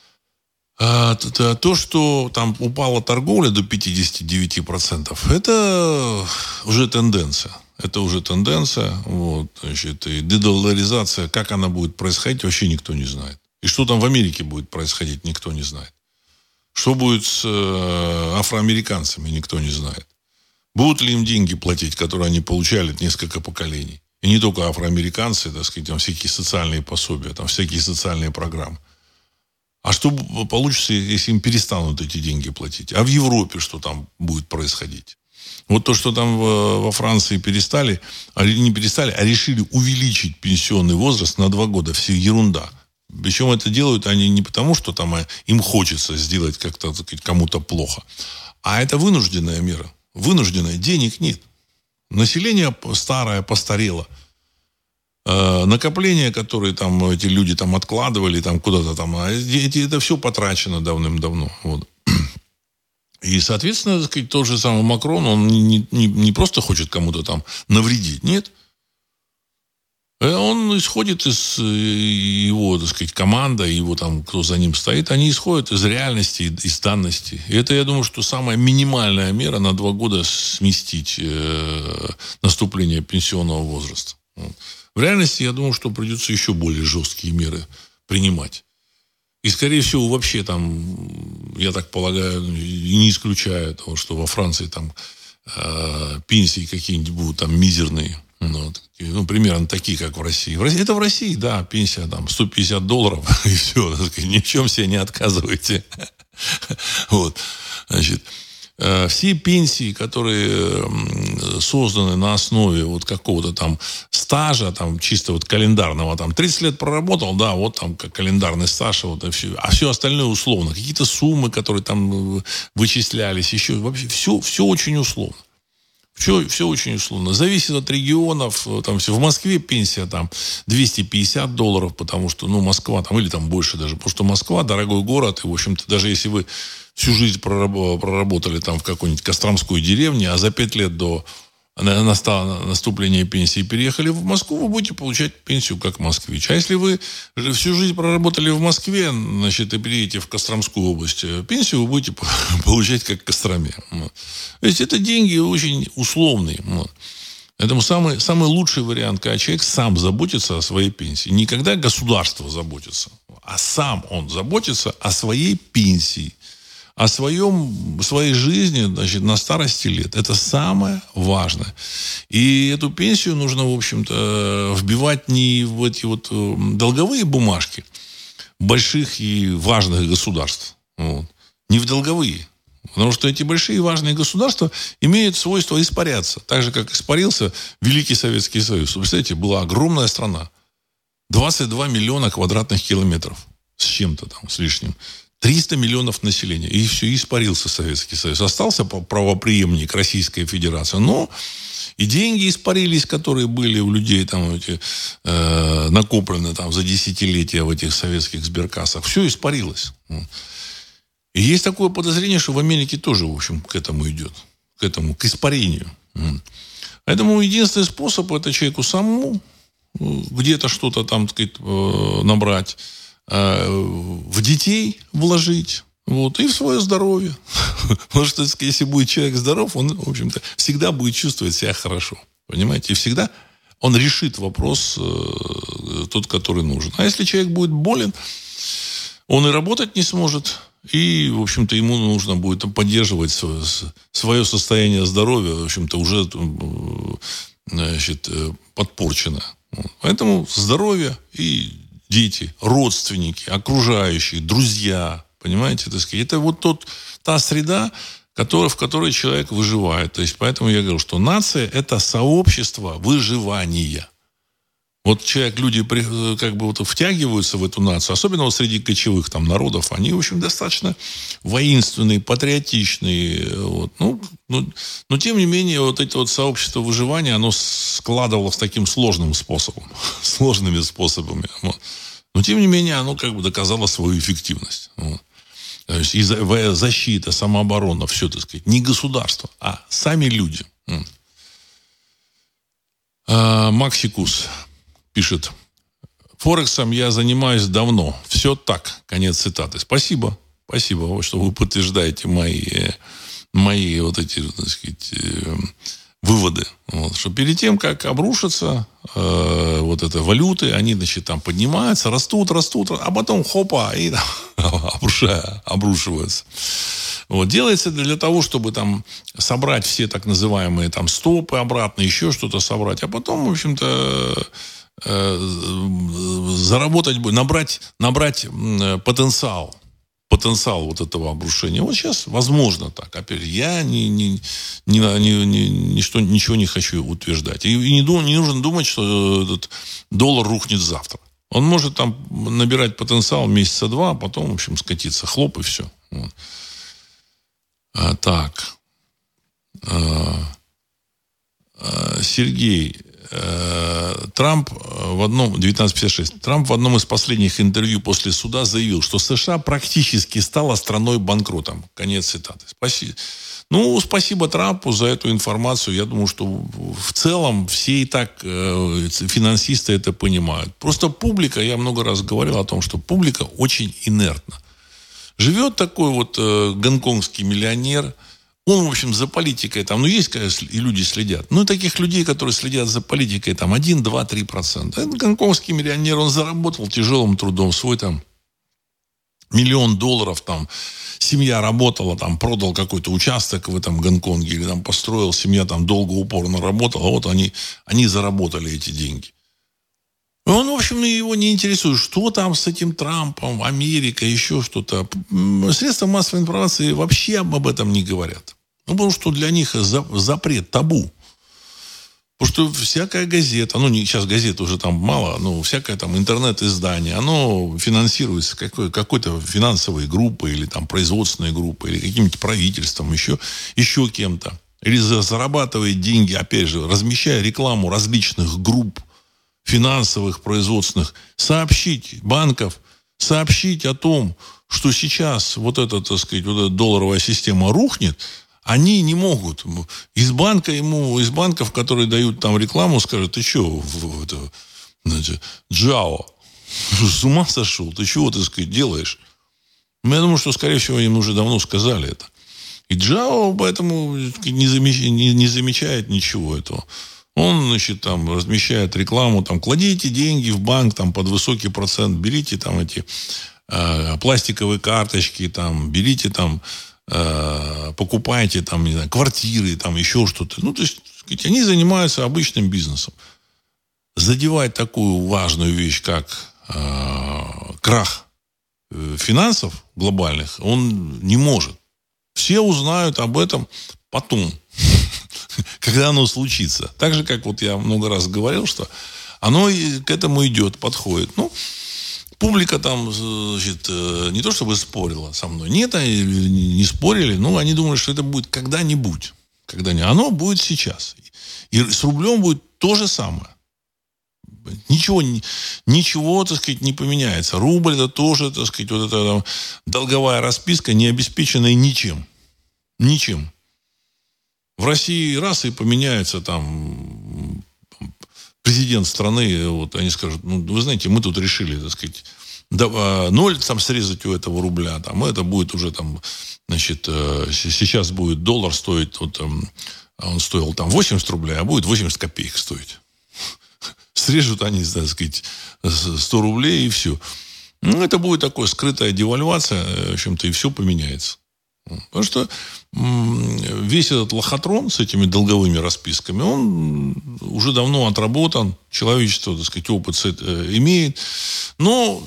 А то, то, что там упала торговля до пятьдесят девять процентов, это уже тенденция. Это уже тенденция. Вот, значит, и дедолларизация, как она будет происходить, вообще никто не знает. И что там в Америке будет происходить, никто не знает. Что будет с э, афроамериканцами, никто не знает. Будут ли им деньги платить, которые они получали несколько поколений. И не только афроамериканцы, так сказать, там всякие социальные пособия, там всякие социальные программы. А что получится, если им перестанут эти деньги платить? А в Европе что там будет происходить? Вот то, что там во Франции перестали, а не перестали, а решили увеличить пенсионный возраст на два года. Все ерунда. Причем это делают они не потому, что там им хочется сделать как-то, так сказать, кому-то плохо. А это вынужденная мера. Вынужденная. Денег нет. Население старое, постарело. Э, накопления, которые там эти люди там откладывали там куда-то там, а эти, это все потрачено давным-давно. Вот. И, соответственно, так сказать, тот же самый Макрон, он не, не, не просто хочет кому-то там навредить, нет. Он исходит из его, так сказать, команда, его там, кто за ним стоит, они исходят из реальности, из данности. И это, я думаю, что самая минимальная мера на два года сместить э, наступление пенсионного возраста. Вот. В реальности, я думаю, что придется еще более жесткие меры принимать. И, скорее всего, вообще там, я так полагаю, и не исключаю того, что во Франции там э, пенсии какие-нибудь будут там мизерные. Ну, ну, примерно такие, как в России. в России. Это в России, да, пенсия там сто пятьдесят долларов, и все, так сказать, ни в чем себе не отказывайте. Вот, значит, все пенсии, которые созданы на основе вот какого-то там стажа, там чисто вот календарного, там тридцать лет проработал, да, вот там как календарный стаж, вот, и все, а все остальное условно. Какие-то суммы, которые там вычислялись, еще вообще все, все очень условно. Все, все очень условно. Зависит от регионов. Там, в Москве пенсия там двести пятьдесят долларов, потому что, ну, Москва там, или там больше даже, потому что Москва дорогой город, и, в общем-то, даже если вы всю жизнь проработали там в какой-нибудь Костромской деревне, а за пять лет до настало наступление пенсии, переехали в Москву, вы будете получать пенсию как москвич. А если вы всю жизнь проработали в Москве, значит, и переедете в Костромскую область, пенсию вы будете получать как в Костроме. То есть это деньги очень условные. Поэтому самый, самый лучший вариант, когда человек сам заботится о своей пенсии. Не когда государство заботится, а сам он заботится о своей пенсии, о своем, своей жизни, значит, на старости лет. Это самое важное. И эту пенсию нужно, в общем-то, вбивать не в эти вот долговые бумажки больших и важных государств. Вот. Не в долговые. Потому что эти большие и важные государства имеют свойство испаряться. Так же, как испарился Великий Советский Союз. Вы представляете, была огромная страна. двадцать два миллиона квадратных километров. С чем-то там, с лишним. триста миллионов населения. И все, испарился Советский Союз. Остался правопреемник Российской Федерации. Но и деньги испарились, которые были у людей там, эти, э, накоплены там, за десятилетия в этих советских сберкассах. Все испарилось. И есть такое подозрение, что в Америке тоже, в общем, к этому идет. К этому, к испарению. Поэтому единственный способ — это человеку самому где-то что-то там, так сказать, набрать, в детей вложить, вот, и в свое здоровье. Потому что, если будет человек здоров, он, в общем-то, всегда будет чувствовать себя хорошо. Понимаете? И всегда он решит вопрос тот, который нужен. А если человек будет болен, он и работать не сможет, и, в общем-то, ему нужно будет поддерживать свое, свое состояние здоровья, в общем-то, уже, значит, подпорчено. Поэтому здоровье и дети, родственники, окружающие, друзья, понимаете, так сказать, это вот тот, та среда, который, в которой человек выживает. То есть, поэтому я говорю, что нация – это сообщество выживания. Вот человек, люди как бы вот втягиваются в эту нацию, особенно вот среди кочевых там народов, они, в общем, достаточно воинственные, патриотичные. Вот. Ну, ну, но, тем не менее, вот это вот сообщество выживания, оно складывалось таким сложным способом, сложными способами. Вот. Но, тем не менее, оно как бы доказало свою эффективность. Вот. То есть и защита, самооборона, все, так сказать, не государство, а сами люди. Вот. А, Максикус пишет: Форексом я занимаюсь давно. Все так. Конец цитаты. Спасибо. Спасибо, что вы подтверждаете мои, мои вот эти, так сказать, выводы. Вот. Что перед тем, как обрушатся э, вот это валюты, они, значит, там поднимаются, растут, растут, а потом хопа, и там, обрушиваются. Вот. Делается для того, чтобы там собрать все так называемые там стопы обратно, еще что-то собрать, а потом, в общем-то, заработать, набрать, набрать потенциал, потенциал вот этого обрушения. Вот сейчас возможно так. Опять я ни, ни, ни, ни, ни, ничто, ничего не хочу утверждать. И, и не, дум, не нужно думать, что этот доллар рухнет завтра. Он может там набирать потенциал месяца два, а потом, в общем, скатиться. Хлоп, и все. Вот. А, так. А, а, Сергей. Трамп в одном, девятнадцать пятьдесят шесть, Трамп в одном из последних интервью после суда заявил, что США практически стала страной-банкротом. Конец цитаты. Спасибо. Ну, спасибо Трампу за эту информацию. Я думаю, что в целом все и так э, финансисты это понимают. Просто публика, я много раз говорил о том, что публика очень инертна. Живет такой вот э, гонконгский миллионер. Он, в общем, за политикой, там, ну, есть, конечно, и люди следят. Ну, таких людей, которые следят за политикой, там, один, два, три процента. Это гонконгский миллионер, он заработал тяжелым трудом свой, там, миллион долларов, там, семья работала, там, продал какой-то участок в этом Гонконге, или там построил, семья там долго, упорно работала, вот они, они заработали эти деньги. Он, в общем, его не интересует, что там с этим Трампом, Америка, еще что-то. Средства массовой информации вообще об этом не говорят. Ну, потому что для них запрет, табу. Потому что всякая газета, ну, не, сейчас газет уже там мало, но всякое там интернет-издание, оно финансируется какой, какой-то финансовой группой или там производственной группой, или каким-нибудь правительством, еще, еще кем-то. Или зарабатывает деньги, опять же, размещая рекламу различных групп финансовых, производственных, сообщить банков, сообщить о том, что сейчас вот эта, так сказать, вот эта долларовая система рухнет, Они не могут. Из банка ему, из банков, которые дают там рекламу, скажут, ты что, это, знаете, Джао, с ума сошел? Ты чего, так сказать, делаешь? Я думаю, что, скорее всего, им уже давно сказали это. И Джао поэтому не замечает, не, не замечает ничего этого. Он, значит, там размещает рекламу, там, кладите деньги в банк там, под высокий процент, берите там эти э, пластиковые карточки, там, берите там, э, покупайте там, не знаю, квартиры, там, еще что-то. Ну, то есть, сказать, они занимаются обычным бизнесом. Задевать такую важную вещь, как э, крах э, финансов глобальных, он не может. Все узнают об этом потом, когда оно случится. Так же, как вот я много раз говорил, что оно к этому идет, подходит. Ну, публика там, значит, не то чтобы спорила со мной. Нет, они не спорили, но они думали, что это будет когда-нибудь. Когда-нибудь. Оно будет сейчас. И с рублем будет то же самое. Ничего, ничего, так сказать, не поменяется. Рубль это тоже, так сказать, вот эта там, долговая расписка, не обеспеченная ничем. Ничем. В России раз и поменяется там президент страны, вот они скажут, ну, вы знаете, мы тут решили, так сказать, ноль там срезать у этого рубля, там, это будет уже там, значит, сейчас будет доллар стоить, вот, он стоил там восемьдесят рублей, а будет восемьдесят копеек стоить. Срежут они, так сказать, сто рублей и все. Ну, это будет такая скрытая девальвация, в общем-то, и все поменяется. Потому что весь этот лохотрон с этими долговыми расписками, он уже давно отработан, человечество, так сказать, опыт имеет, но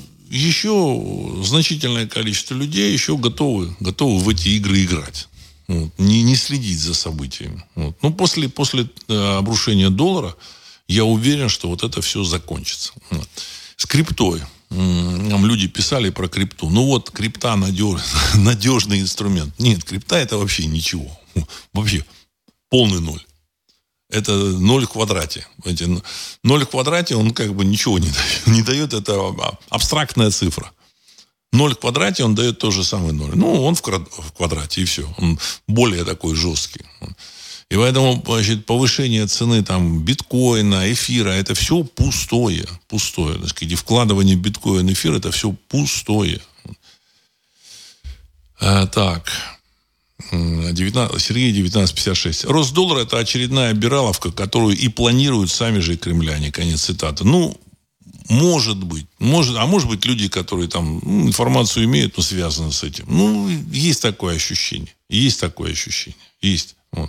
еще значительное количество людей еще готовы, готовы в эти игры играть. Вот, не, не следить за событиями. Вот. Но после, после обрушения доллара я уверен, что вот это все закончится. Вот. С криптой. Нам люди писали про крипту. Ну вот, крипта надеж... надежный инструмент. Нет, крипта это вообще ничего. Вообще полный ноль. Это ноль в квадрате. Ноль в квадрате, он как бы ничего не дает. Не дает, это абстрактная цифра. Ноль в квадрате, он дает тот же самый ноль. Ну, он в квадрате, и все. Он более такой жесткий. И поэтому, значит, повышение цены там, биткоина, эфира, это все пустое. Пустое. Так сказать, и вкладывание биткоина, эфира, это все пустое. А, так. девятнадцать, Сергей, девятнадцать пятьдесят шесть. Рост доллара – это очередная обираловка, которую и планируют сами же кремляне. Конец цитаты. Ну, может быть. Может, а может быть, люди, которые там ну, информацию имеют, но связаны с этим. Ну, есть такое ощущение. Есть такое ощущение. Есть. Вот.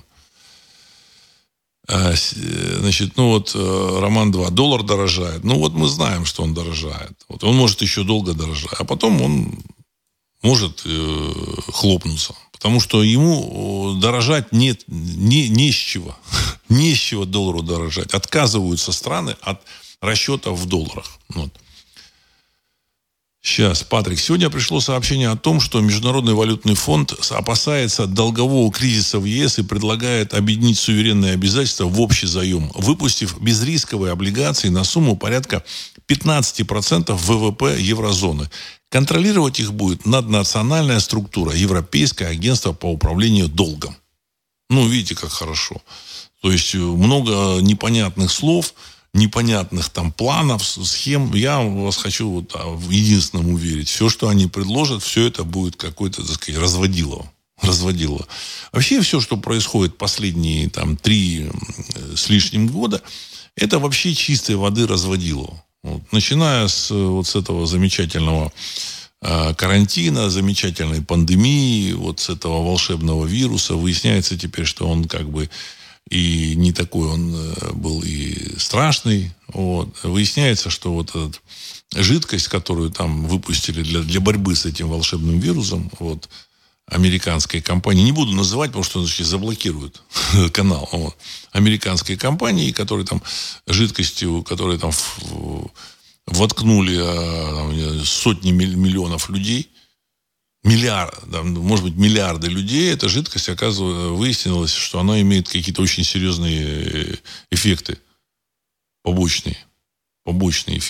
Значит, ну вот Роман два. Доллар дорожает. Ну вот мы знаем, что он дорожает. Вот он может еще долго дорожать. А потом он может э, хлопнуться. Потому что ему дорожать нет, не, не с чего. Не с чего доллару дорожать. Отказываются страны от расчетов в долларах. Вот. Сейчас, Патрик. Сегодня пришло сообщение о том, что Международный валютный фонд опасается долгового кризиса в ЕС и предлагает объединить суверенные обязательства в общий заем, выпустив безрисковые облигации на сумму порядка пятнадцать процентов ВВП еврозоны. Контролировать их будет наднациональная структура, Европейское агентство по управлению долгом. Ну, видите, как хорошо. То есть много непонятных слов, непонятных там планов, схем. Я вас хочу вот, а, в единственном уверить. Все, что они предложат, все это будет какой-то, так сказать, разводилово. разводилово. Вообще все, что происходит последние там три с лишним года, это вообще чистой воды разводилово. Вот. Начиная с вот с этого замечательного э, карантина, замечательной пандемии, вот с этого волшебного вируса, выясняется теперь, что он как бы и не такой он был и страшный. Вот. Выясняется, что вот эта жидкость, которую там выпустили для, для борьбы с этим волшебным вирусом, вот, американской компании, не буду называть, потому что значит, заблокируют канал, вот, американской компании, которые там жидкостью, которые там в, воткнули там, сотни миллионов людей, миллиард, да, может быть, миллиарды людей, эта жидкость, оказывается, выяснилось, что она имеет какие-то очень серьезные эффекты, побочные, побочные эффекты.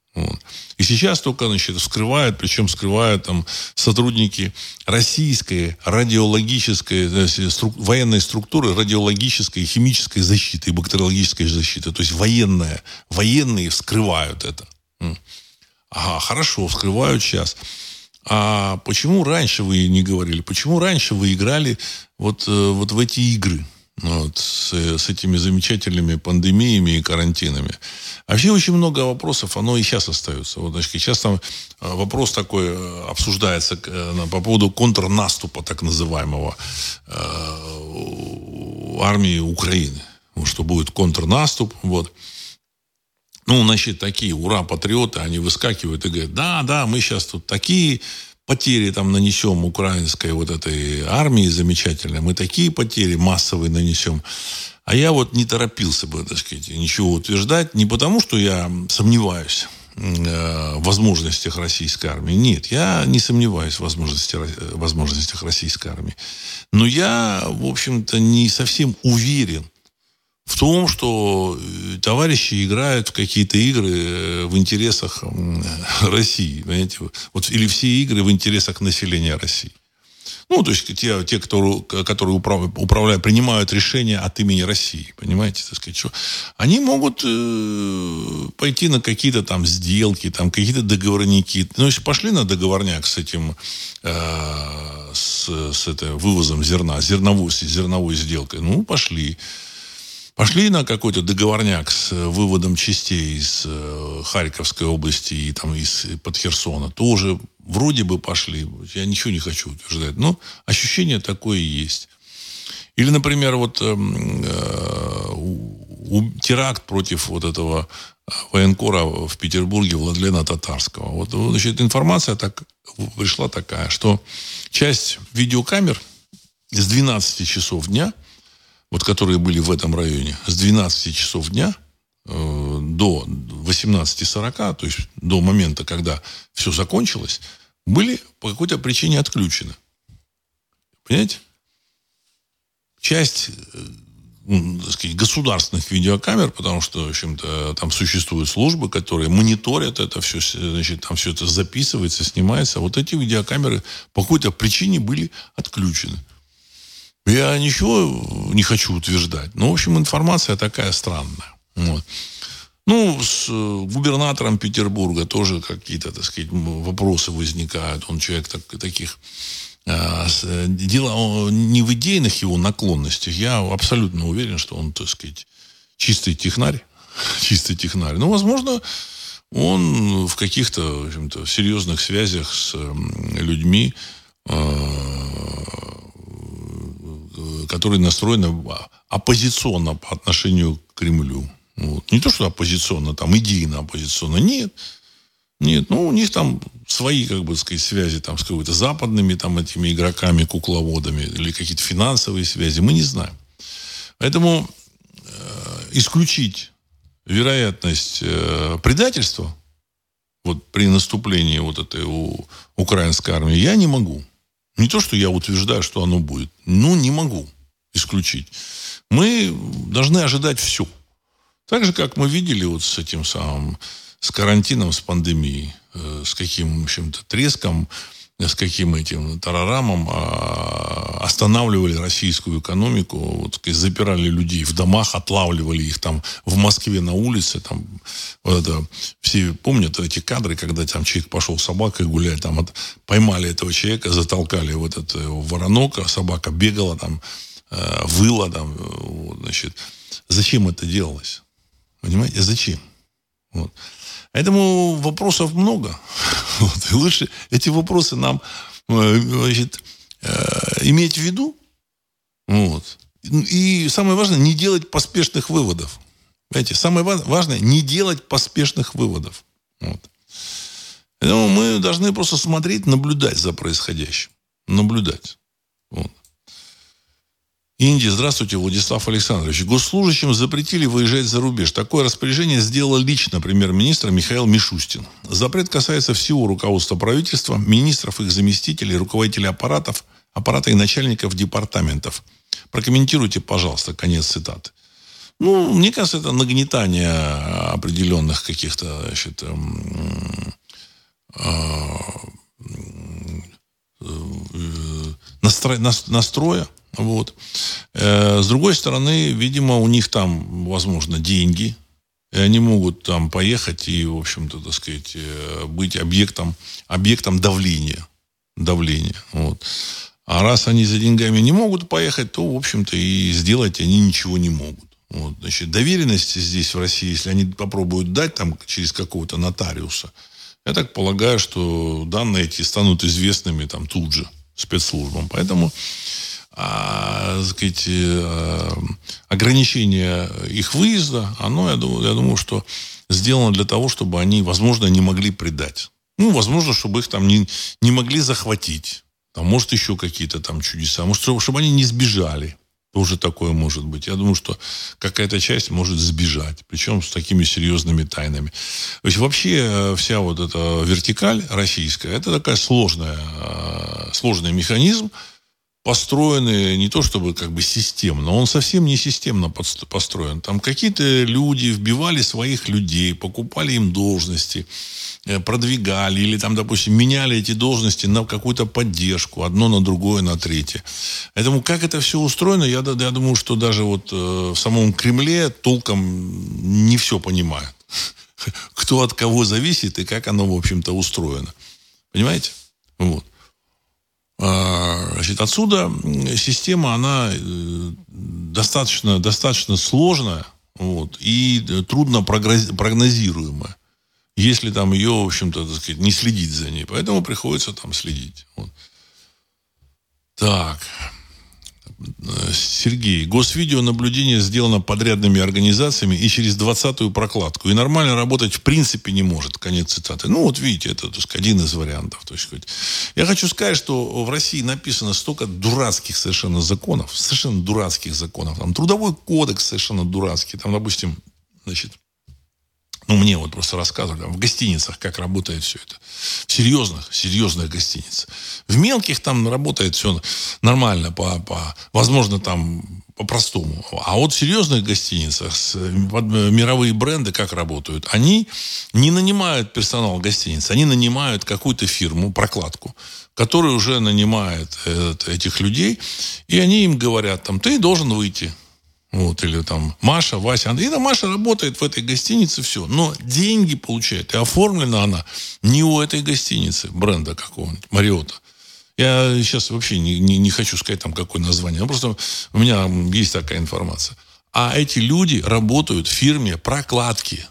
Вот. И сейчас только, значит, вскрывают, причем скрывают там сотрудники российской радиологической, стру, военной структуры радиологической, химической защиты и бактериологической защиты. То есть военная, военные вскрывают это. Ага, хорошо, вскрывают сейчас. А почему раньше вы не говорили? Почему раньше вы играли вот, вот в эти игры? Вот, с, с этими замечательными пандемиями и карантинами. А вообще очень много вопросов, оно и сейчас остается. Вот, значит, сейчас там вопрос такой обсуждается по поводу контрнаступа, так называемого, армии Украины. Что будет контрнаступ. Вот. Ну, значит, такие ура-патриоты, они выскакивают и говорят, да, да, мы сейчас тут такие потери там нанесем украинской вот этой армии замечательной, мы такие потери массовые нанесем. А я вот не торопился бы, так сказать, ничего утверждать, не потому, что я сомневаюсь в возможностях российской армии. Нет, я не сомневаюсь в возможностях, возможностях российской армии. Но я, в общем-то, не совсем уверен в том, что товарищи играют в какие-то игры в интересах России. Понимаете? Вот, или все игры в интересах населения России. Ну, то есть те, те кто, которые управ, управляют, принимают решения от имени России. Понимаете, так сказать, что они могут э, пойти на какие-то там сделки, там какие-то договорники. Ну, если пошли на договорняк с этим, э, с, с это, вывозом зерна, зерновой, с зерновой сделкой, ну, пошли. Пошли на какой-то договорняк с выводом частей из э, Харьковской области и там из-под Херсона. Тоже вроде бы пошли. Я ничего не хочу утверждать. Но ощущение такое есть. Или, например, вот э, э, у, теракт против вот этого военкора в Петербурге Владлена Татарского. Вот, значит, информация так, пришла такая, что часть видеокамер с двенадцати часов дня, вот которые были в этом районе, с двенадцати часов дня э, до восемнадцати сорока, то есть до момента, когда все закончилось, были по какой-то причине отключены. Понимаете? Часть, ну, так сказать, государственных видеокамер, потому что, в общем-то, там существуют службы, которые мониторят это все, значит, там все это записывается, снимается. Вот эти видеокамеры по какой-то причине были отключены. Я ничего не хочу утверждать. Но, в общем, информация такая странная. Вот. Ну, с губернатором Петербурга тоже какие-то, так сказать, вопросы возникают. Он человек так, таких... Э, дело не в идейных его наклонностях. Я абсолютно уверен, что он, так сказать, чистый технарь. Чистый технарь. Ну, возможно, он в каких-то, в общем-то, серьезных связях с людьми... Э, которые настроены оппозиционно по отношению к Кремлю. Вот. Не то, что оппозиционно, там, идейно оппозиционно. Нет. Нет. Ну, у них там свои, как бы сказать, связи там, с какими-то западными там, этими игроками, кукловодами, или какие-то финансовые связи. Мы не знаем. Поэтому э, исключить вероятность э, предательства вот, при наступлении вот этой у, украинской армии я не могу. Не то, что я утверждаю, что оно будет. Ну, не могу исключить. Мы должны ожидать все. Так же, как мы видели вот с этим самым, с карантином, с пандемией, э, с каким, в общем-то, треском, с каким этим тарарамом э, останавливали российскую экономику, вот, сказать, запирали людей в домах, отлавливали их там в Москве на улице. Там, вот это, все помнят эти кадры, когда там человек пошел с собакой гулять, там от, поймали этого человека, затолкали в этот воронок, а собака бегала там, э, выла там. Вот, значит. Зачем это делалось? Понимаете, зачем? Вот. Поэтому вопросов много. Вот. И лучше эти вопросы нам, значит, э, иметь в виду. Вот. И самое важное, не делать поспешных выводов. Понимаете, самое важное, не делать поспешных выводов. Вот. Поэтому мы должны просто смотреть, наблюдать за происходящим. Наблюдать. Вот. Индия. Здравствуйте, Владислав Александрович. Госслужащим запретили выезжать за рубеж. Такое распоряжение сделал лично премьер-министр Михаил Мишустин. Запрет касается всего руководства правительства, министров, их заместителей, руководителей аппаратов, аппарата и начальников департаментов. Прокомментируйте, пожалуйста. Конец цитаты. Ну, мне кажется, это нагнетание определенных каких-то, значит, эм, настро- нас- настроя. Вот. Э, С другой стороны, видимо, у них там, возможно, деньги. И они могут там поехать и, в общем-то, так сказать, э, быть объектом, объектом давления. Давления. Вот. А раз они за деньгами не могут поехать, то, в общем-то, и сделать они ничего не могут. Вот. Значит, доверенности здесь, в России, если они попробуют дать там через какого-то нотариуса, я так полагаю, что данные эти станут известными там тут же спецслужбам. Поэтому а, так сказать, а, ограничение их выезда, оно, я думаю, я думаю, что сделано для того, чтобы они, возможно, не могли предать. Ну, возможно, чтобы их там не, не могли захватить. Там, может, еще какие-то там чудеса. Может, чтобы, чтобы они не сбежали. Тоже такое может быть. Я думаю, что какая-то часть может сбежать. Причем с такими серьезными тайнами. То есть, вообще, вся вот эта вертикаль российская, это такая сложная, сложный механизм, построенный не то чтобы как бы системно, он совсем не системно построен. Там какие-то люди вбивали своих людей, покупали им должности, продвигали или там, допустим, меняли эти должности на какую-то поддержку, одно на другое, на третье. Поэтому как это все устроено, я, я думаю, что даже вот э, в самом Кремле толком не все понимают. Кто от кого зависит и как оно, в общем-то, устроено. Понимаете? Вот. Значит, отсюда система, она достаточно, достаточно сложная, вот, и трудно прогнозируемая, если там ее, в общем-то, так сказать, не следить за ней. Поэтому приходится там следить. Вот. Так. Сергей. Госвидеонаблюдение сделано подрядными организациями и через двадцатую прокладку. И нормально работать в принципе не может. Конец цитаты. Ну, вот видите, это, так сказать, один из вариантов. То есть, я хочу сказать, что в России написано столько дурацких совершенно законов. Совершенно дурацких законов. Там трудовой кодекс совершенно дурацкий. Там, допустим, значит, ну, мне вот просто рассказывали, в гостиницах, как работает все это. В серьезных, серьезных гостиницах. В мелких там работает все нормально, по, по, возможно, там по-простому. А вот в серьезных гостиницах, с, мировые бренды как работают? Они не нанимают персонал гостиниц, они нанимают какую-то фирму, прокладку, которая уже нанимает этих людей, и они им говорят, там, ты должен выйти. Вот, или там Маша, Вася. И да, Маша работает в этой гостинице, все. Но деньги получает. И оформлена она не у этой гостиницы, бренда какого-нибудь, Мариотта. Я сейчас вообще не, не, не хочу сказать, там, какое название. Ну, просто у меня есть такая информация. А эти люди работают в фирме прокладки.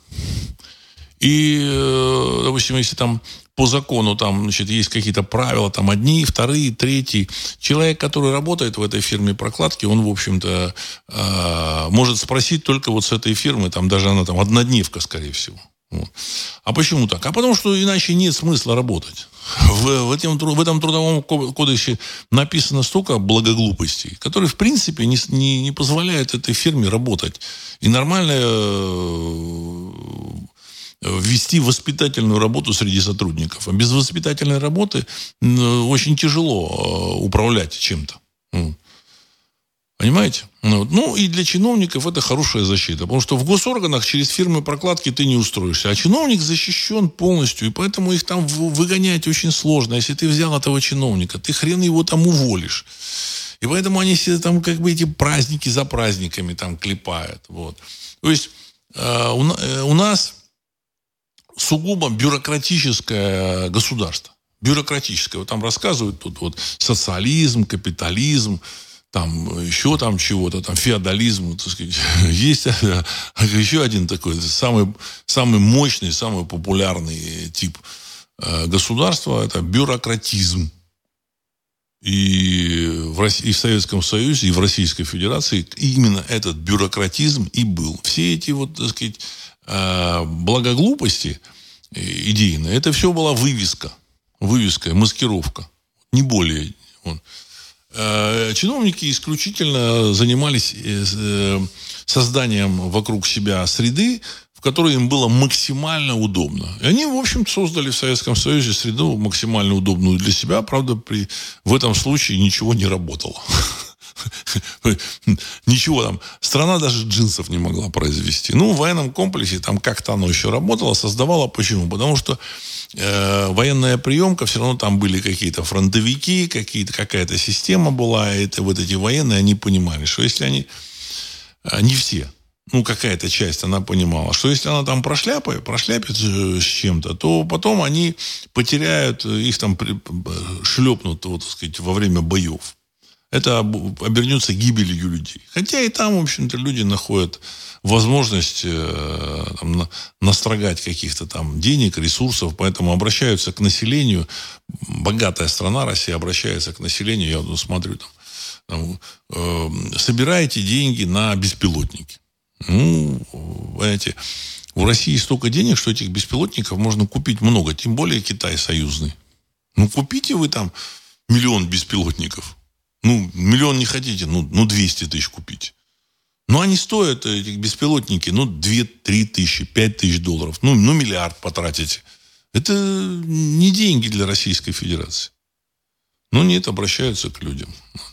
И, допустим, если там по закону там, значит, есть какие-то правила, там одни, вторые, третьи. Человек, который работает в этой фирме прокладки, он, в общем-то, э, может спросить только вот с этой фирмы, там даже она там однодневка, скорее всего. Вот. А почему так? А потому что иначе нет смысла работать. В, в, этом, в этом трудовом кодексе написано столько благоглупостей, которые, в принципе, не, не, не позволяют этой фирме работать. И нормально э, ввести воспитательную работу среди сотрудников. А без воспитательной работы очень тяжело управлять чем-то. Понимаете? Ну, и для чиновников это хорошая защита. Потому что в госорганах через фирмы прокладки ты не устроишься. А чиновник защищен полностью. И поэтому их там выгонять очень сложно. Если ты взял этого чиновника, ты хрен его там уволишь. И поэтому они все там как бы эти праздники за праздниками там клепают. Вот. То есть э, у, э, у нас сугубо бюрократическое государство. Бюрократическое. Вот там рассказывают тут вот социализм, капитализм, там еще там чего-то, там феодализм, так сказать. Есть еще один такой, самый, самый мощный, самый популярный тип государства, это бюрократизм. И в, России, и в Советском Союзе, и в Российской Федерации именно этот бюрократизм и был. Все эти вот, так сказать, благоглупости идейные, это все была вывеска. Вывеска, маскировка. Не более. Вот. Чиновники исключительно занимались созданием вокруг себя среды, в которой им было максимально удобно. И они, в общем, создали в Советском Союзе среду максимально удобную для себя. Правда, при, в этом случае ничего не работало. Ничего там. Страна даже джинсов не могла произвести. Ну, в военном комплексе там как-то оно еще работало, создавало. Почему? Потому что э, военная приемка, все равно там были какие-то фронтовики, какие-то, какая-то система была. И это, вот эти военные, они понимали, что если они... Не все. Ну, какая-то часть, она понимала, что если она там прошляпает, прошляпит с чем-то, то потом они потеряют, их там шлепнут, вот, так сказать, во время боев. Это обернется гибелью людей. Хотя и там, в общем-то, люди находят возможность э, там, настрогать каких-то там денег, ресурсов, поэтому обращаются к населению. Богатая страна, Россия, обращается к населению. Я вот смотрю, там, там э, собираете деньги на беспилотники. Ну, знаете, у России столько денег, что этих беспилотников можно купить много. Тем более Китай союзный. Ну, купите вы там миллион беспилотников. Ну, миллион не хотите, ну, ну двести тысяч купить. Ну, они стоят, эти беспилотники, ну, две-три тысячи, пять тысяч долларов. Ну, ну, миллиард потратите. Это не деньги для Российской Федерации. Но нет, обращаются к людям.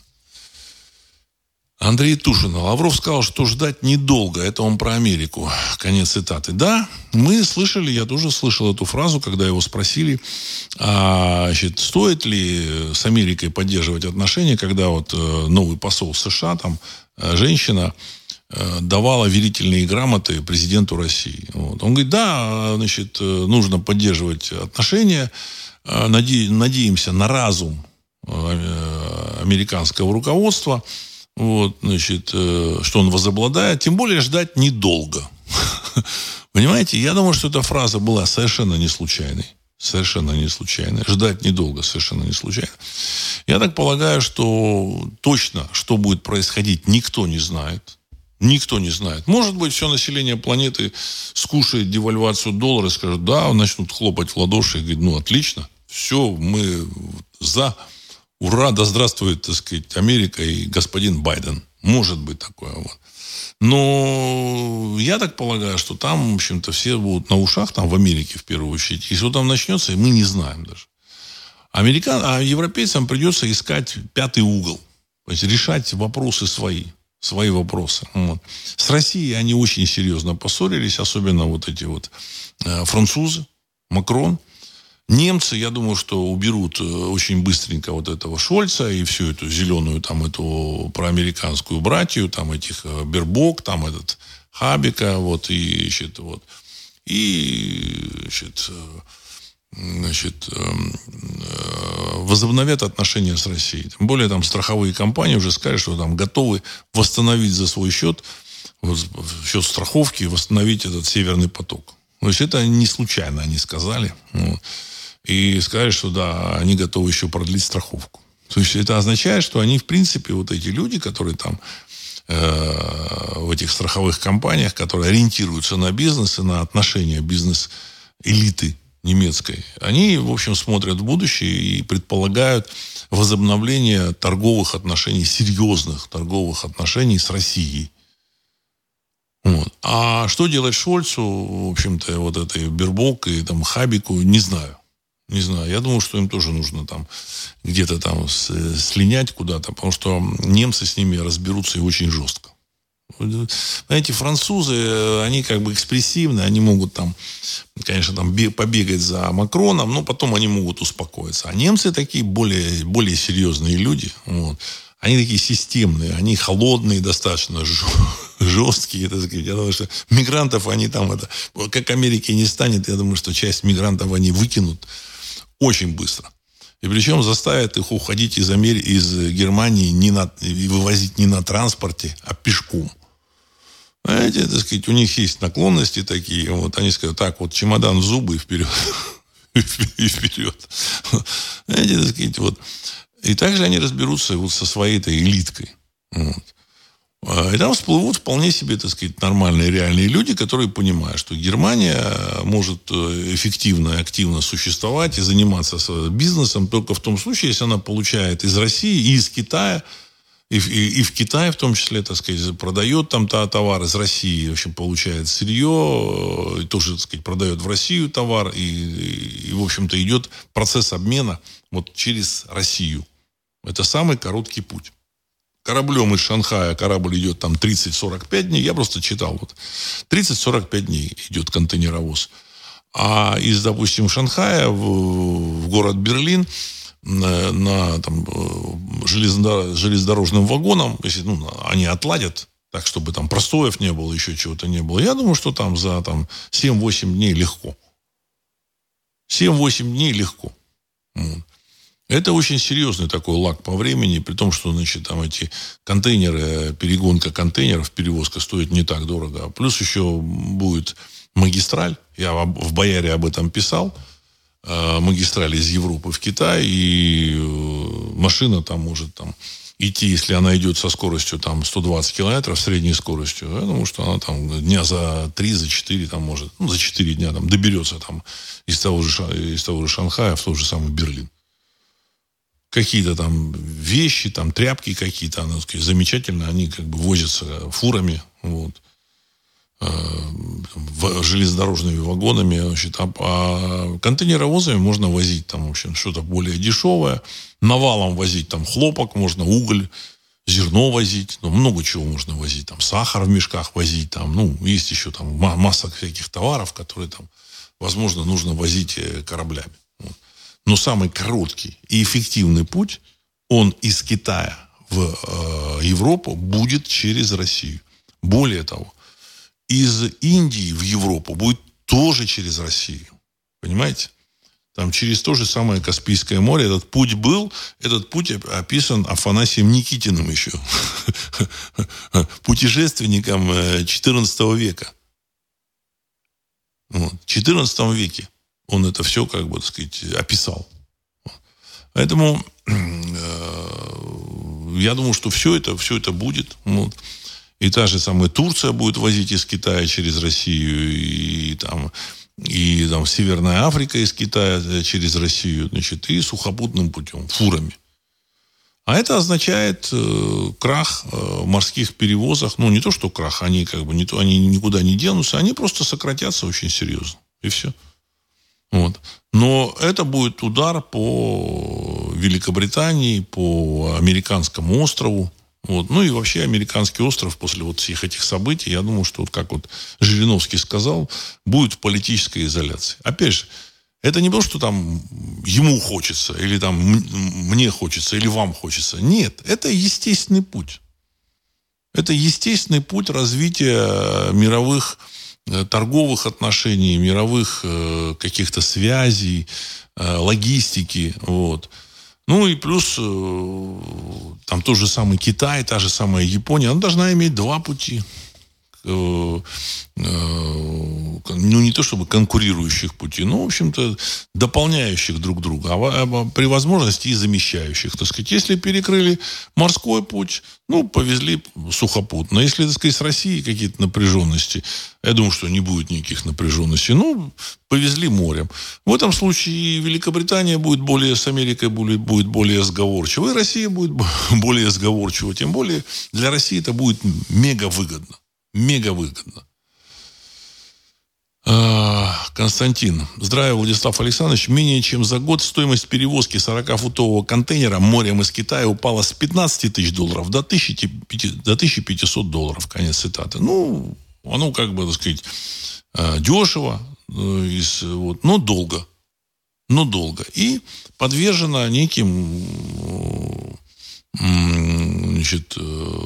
Андрей Тушин. Лавров сказал, что ждать недолго. Это он про Америку. Конец цитаты. Да, мы слышали, я тоже слышал эту фразу, когда его спросили, а, значит, стоит ли с Америкой поддерживать отношения, когда вот новый посол США, там, женщина, давала верительные грамоты президенту России. Вот. Он говорит, да, значит, нужно поддерживать отношения, наде- надеемся на разум американского руководства. Вот, значит, э, что он возобладает, тем более ждать недолго. Понимаете, я думаю, что эта фраза была совершенно не случайной. Совершенно не случайной. Ждать недолго, совершенно не случайно. Я так полагаю, что точно, что будет происходить, никто не знает. Никто не знает. Может быть, все население планеты скушает девальвацию доллара и скажет, да, начнут хлопать в ладоши и говорить, ну, отлично, все, мы за... Ура, да здравствует, так сказать, Америка и господин Байден. Может быть такое. Вот. Но я так полагаю, что там, в общем-то, все будут на ушах, там в Америке в первую очередь. И что там начнется, мы не знаем даже. Американ... А европейцам придется искать пятый угол. То есть решать вопросы свои. Свои вопросы. Вот. С Россией они очень серьезно поссорились. Особенно вот эти вот э, французы, Макрон. Немцы, я думаю, что уберут очень быстренько вот этого Шольца и всю эту зеленую, там, эту проамериканскую братью, там, этих Бербок, там, этот Хабика, вот, и, значит, вот, и, значит, значит, возобновят отношения с Россией. Тем более, там, страховые компании уже сказали, что там готовы восстановить за свой счет, счет страховки, восстановить этот Северный поток. То есть, это не случайно они сказали. Вот. И сказали, что да, они готовы еще продлить страховку. То есть это означает, что они, в принципе, вот эти люди, которые там э, в этих страховых компаниях, которые ориентируются на бизнес и на отношения бизнес-элиты немецкой, они, в общем, смотрят в будущее и предполагают возобновление торговых отношений, серьезных торговых отношений с Россией. Вот. А что делать Шольцу, в общем-то, вот этой Бербок и там Хабику, не знаю. Не знаю. Я думаю, что им тоже нужно там где-то там слинять куда-то, потому что немцы с ними разберутся и очень жестко. Знаете, французы, они как бы экспрессивны, они могут там, конечно, там побегать за Макроном, но потом они могут успокоиться. А немцы такие более, более серьезные люди. Вот. Они такие системные, они холодные достаточно, жесткие, так сказать. Я думаю, что мигрантов они там, это, как Америки не станет, я думаю, что часть мигрантов они выкинут очень быстро. И причем заставят их уходить из, Амери... из Германии не на... и вывозить не на транспорте, а пешком. Знаете, так сказать, у них есть наклонности такие. Вот они скажут, так, вот чемодан в зубы и вперед. И вперед. Знаете, так сказать, вот. И также они разберутся вот со своей этой элиткой. Вот. И там всплывут вполне себе, так сказать, нормальные, реальные люди, которые понимают, что Германия может эффективно и активно существовать и заниматься бизнесом только в том случае, если она получает из России и из Китая, и, и, и в Китае в том числе, так сказать, продает там товар из России, в общем, получает сырье, и тоже, так сказать, продает в Россию товар, и, и, и в общем-то, идет процесс обмена вот через Россию. Это самый короткий путь. кораблем из Шанхая корабль идет там тридцать-сорок пять дней. Я просто читал. Вот, тридцать-сорок пять дней идет контейнеровоз. А из, допустим, Шанхая в, в город Берлин на, на там, железнодор- железнодорожным вагоном, если ну, они отладят, так, чтобы там простоев не было, еще чего-то не было, я думаю, что там за там, семь-восемь дней легко. семь-восемь дней легко. Вот. Это очень серьезный такой лаг по времени, при том, что, значит, там эти контейнеры, перегонка контейнеров, перевозка стоит не так дорого. Плюс еще будет магистраль. Я в Бояре об этом писал. Магистраль из Европы в Китай. И машина там может там, идти, если она идет со скоростью там, сто двадцать километров, средней скоростью. Я думаю, что она там дня за три, за четыре там, может, ну, за четыре дня там, доберется там, из, того же, из того же Шанхая в тот же самый Берлин. Какие-то там вещи, там тряпки какие-то, она, сказать, замечательно, они как бы возятся фурами, вот, э, железнодорожными вагонами, значит, а, а контейнеровозами можно возить там, в общем, что-то более дешевое, навалом возить там хлопок, можно уголь, зерно возить, ну, много чего можно возить, там, сахар в мешках возить, там, ну, есть еще там масса всяких товаров, которые там, возможно, нужно возить кораблями. Вот. Но самый короткий и эффективный путь, он из Китая в э, Европу будет через Россию. Более того, из Индии в Европу будет тоже через Россию. Понимаете? Там через то же самое Каспийское море этот путь был. Этот путь описан Афанасием Никитиным еще. Путешественником четырнадцатого века. В четырнадцатом веке он это все, как бы, так сказать, описал. Поэтому э, я думаю, что все это, все это будет. Вот. И та же самая Турция будет возить из Китая через Россию, и там, и там Северная Африка из Китая через Россию, значит, и сухопутным путем, фурами. А это означает э, крах э, в морских перевозах. Ну, не то, что крах, они как бы не то, они никуда не денутся, они просто сократятся очень серьезно. И все. Вот. Но это будет удар по Великобритании, по американскому острову. Вот. Ну и вообще американский остров после вот всех этих событий, я думаю, что, вот как вот Жириновский сказал, будет в политической изоляции. Опять же, это не то, что там ему хочется, или там мне хочется, или вам хочется. Нет, это естественный путь. Это естественный путь развития мировых торговых отношений, мировых э, каких-то связей, э, логистики. Вот. Ну и плюс э, там тот же самый Китай, та же самая Япония, она должна иметь два пути. Э, э, ну не то чтобы конкурирующих пути, но, в общем-то, дополняющих друг друга, а, а при возможности и замещающих. Так сказать, если перекрыли морской путь, ну, повезли сухопутно. Если, так сказать, с Россией какие-то напряженности, я думаю, что не будет никаких напряженностей, ну, повезли морем. В этом случае и Великобритания будет более, с Америкой будет, будет более сговорчива, и Россия будет более сговорчива. Тем более для России это будет мега выгодно. Мега выгодно. Константин. Здравия, Владислав Александрович. Менее чем за год стоимость перевозки сорокафутового контейнера морем из Китая упала с пятнадцати тысяч долларов до тысячи пятисот долларов. Конец цитаты. Ну, оно, как бы, так сказать, дешево, но долго. Но долго. И подвержено неким, значит,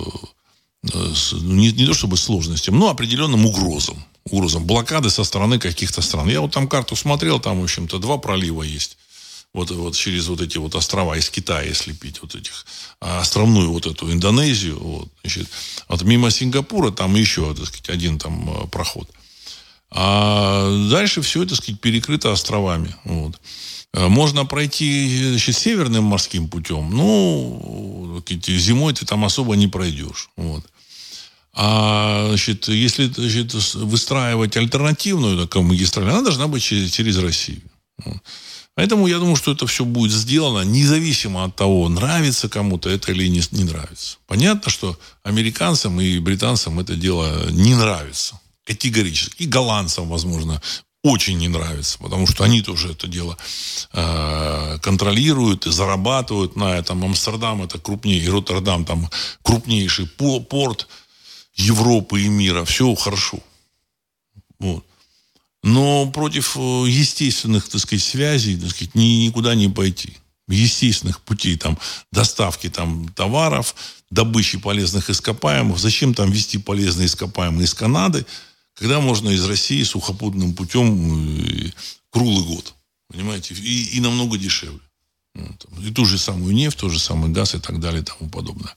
не, не то чтобы сложностям, но определенным угрозам. Угрозам блокады со стороны каких-то стран. Я вот там карту смотрел, там, в общем-то, два пролива есть. Вот, вот через вот эти вот острова из Китая, если пить вот этих, островную вот эту Индонезию. Вот, значит, вот мимо Сингапура там еще, так сказать, один там проход. А дальше все, так сказать, перекрыто островами. Вот. Можно пройти, значит, северным морским путем. Ну, зимой ты там особо не пройдешь. Вот. А, значит, если, значит, выстраивать альтернативную такую магистраль, она должна быть через, через Россию. Вот. Поэтому я думаю, что это все будет сделано независимо от того, нравится кому-то это или не, не нравится. Понятно, что американцам и британцам это дело не нравится. Категорически. И голландцам, возможно, очень не нравится, потому что они тоже это дело э, контролируют и зарабатывают на этом. Амстердам это крупнее, и Роттердам там крупнейший порт Европы и мира. Все хорошо. Вот. Но против естественных, так сказать, связей, так сказать, никуда не пойти. Естественных путей там, доставки там, товаров, добычи полезных ископаемых. Зачем там везти полезные ископаемые из Канады, когда можно из России сухопутным путем круглый год. Понимаете? И, и намного дешевле. Вот. И ту же самую нефть, тот же самый газ и так далее и тому подобное.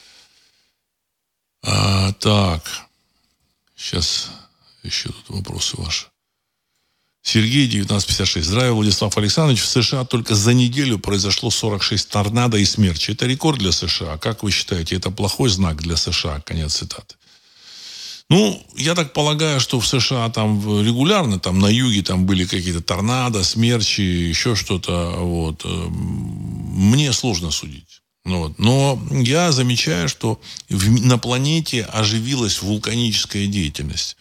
А, так. Сейчас еще тут вопросы ваши. Сергей, девятнадцать пятьдесят шесть. Здравия, Владислав Александрович. В США только за неделю произошло сорок шесть торнадо и смерчей. Это рекорд для США. Как вы считаете, это плохой знак для США? Конец цитаты. Ну, я так полагаю, что в США там регулярно, там на юге там были какие-то торнадо, смерчи, еще что-то. Вот. Мне сложно судить. Вот. Но я замечаю, что в, на планете оживилась вулканическая деятельность.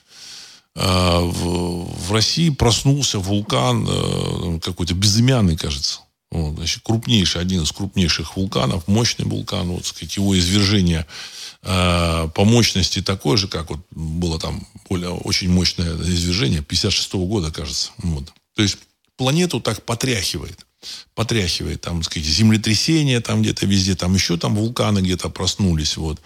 В, в России проснулся вулкан какой-то безымянный, кажется. Вот, значит, крупнейший, один из крупнейших вулканов, мощный вулкан, вот, сказать, его извержение э, по мощности такое же, как вот было там более, очень мощное извержение пятьдесят шестого года, кажется. Вот. То есть планету так потряхивает. Потряхивает, там, сказать, землетрясения там где-то везде, там еще там вулканы где-то проснулись, вот.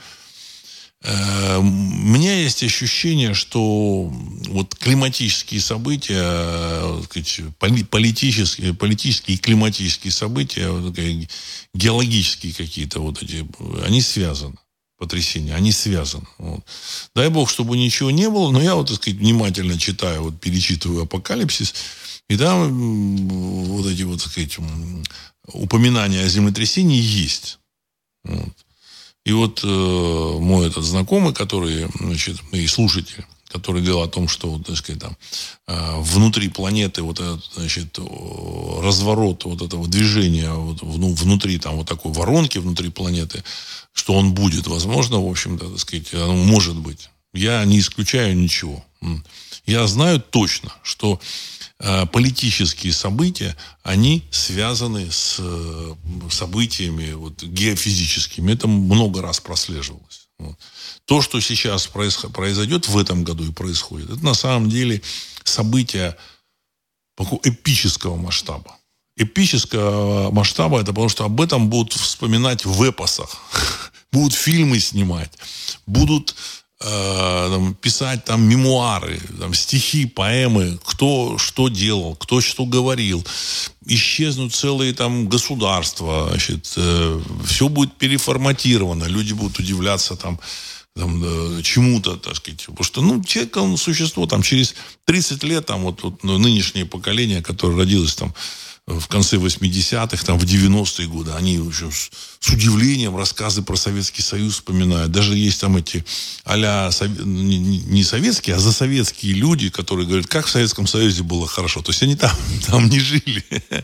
У меня есть ощущение, что вот климатические события, сказать, политические, политические и климатические события, вот, геологические какие-то вот эти, они связаны. Потрясения, они связаны. Вот. Дай бог, чтобы ничего не было, но я вот, так сказать, внимательно читаю, вот, перечитываю «Апокалипсис», и там вот эти вот, так сказать, упоминания о землетрясении есть. Вот. И вот э, мой этот знакомый, который, значит, и слушатель, который говорил о том, что, вот, так сказать, там, э, внутри планеты вот этот, значит, разворот вот этого движения вот, ну, внутри там вот такой воронки внутри планеты, что он будет, возможно, в общем-то, так сказать, оно может быть. Я не исключаю ничего. Я знаю точно, что политические события, они связаны с событиями вот, геофизическими. Это много раз прослеживалось. Вот. То, что сейчас происход- произойдет в этом году и происходит, это на самом деле события такого эпического масштаба. Эпического масштаба, это потому что об этом будут вспоминать в эпосах. Будут фильмы снимать. Будут Там, писать там мемуары, там, стихи, поэмы, кто что делал, кто что говорил. Исчезнут целые там государства, значит, э, все будет переформатировано, люди будут удивляться там, там да, чему-то, так сказать. Потому что, ну, человек, он существо, там, через тридцать лет, там, вот, вот нынешнее поколение, которое родилось там в конце восьмидесятых, там, в девяностые годы, они еще с, с удивлением рассказы про Советский Союз вспоминают. Даже есть там эти а-ля не, не советские, а засоветские люди, которые говорят, как в Советском Союзе было хорошо. То есть они там, там не жили.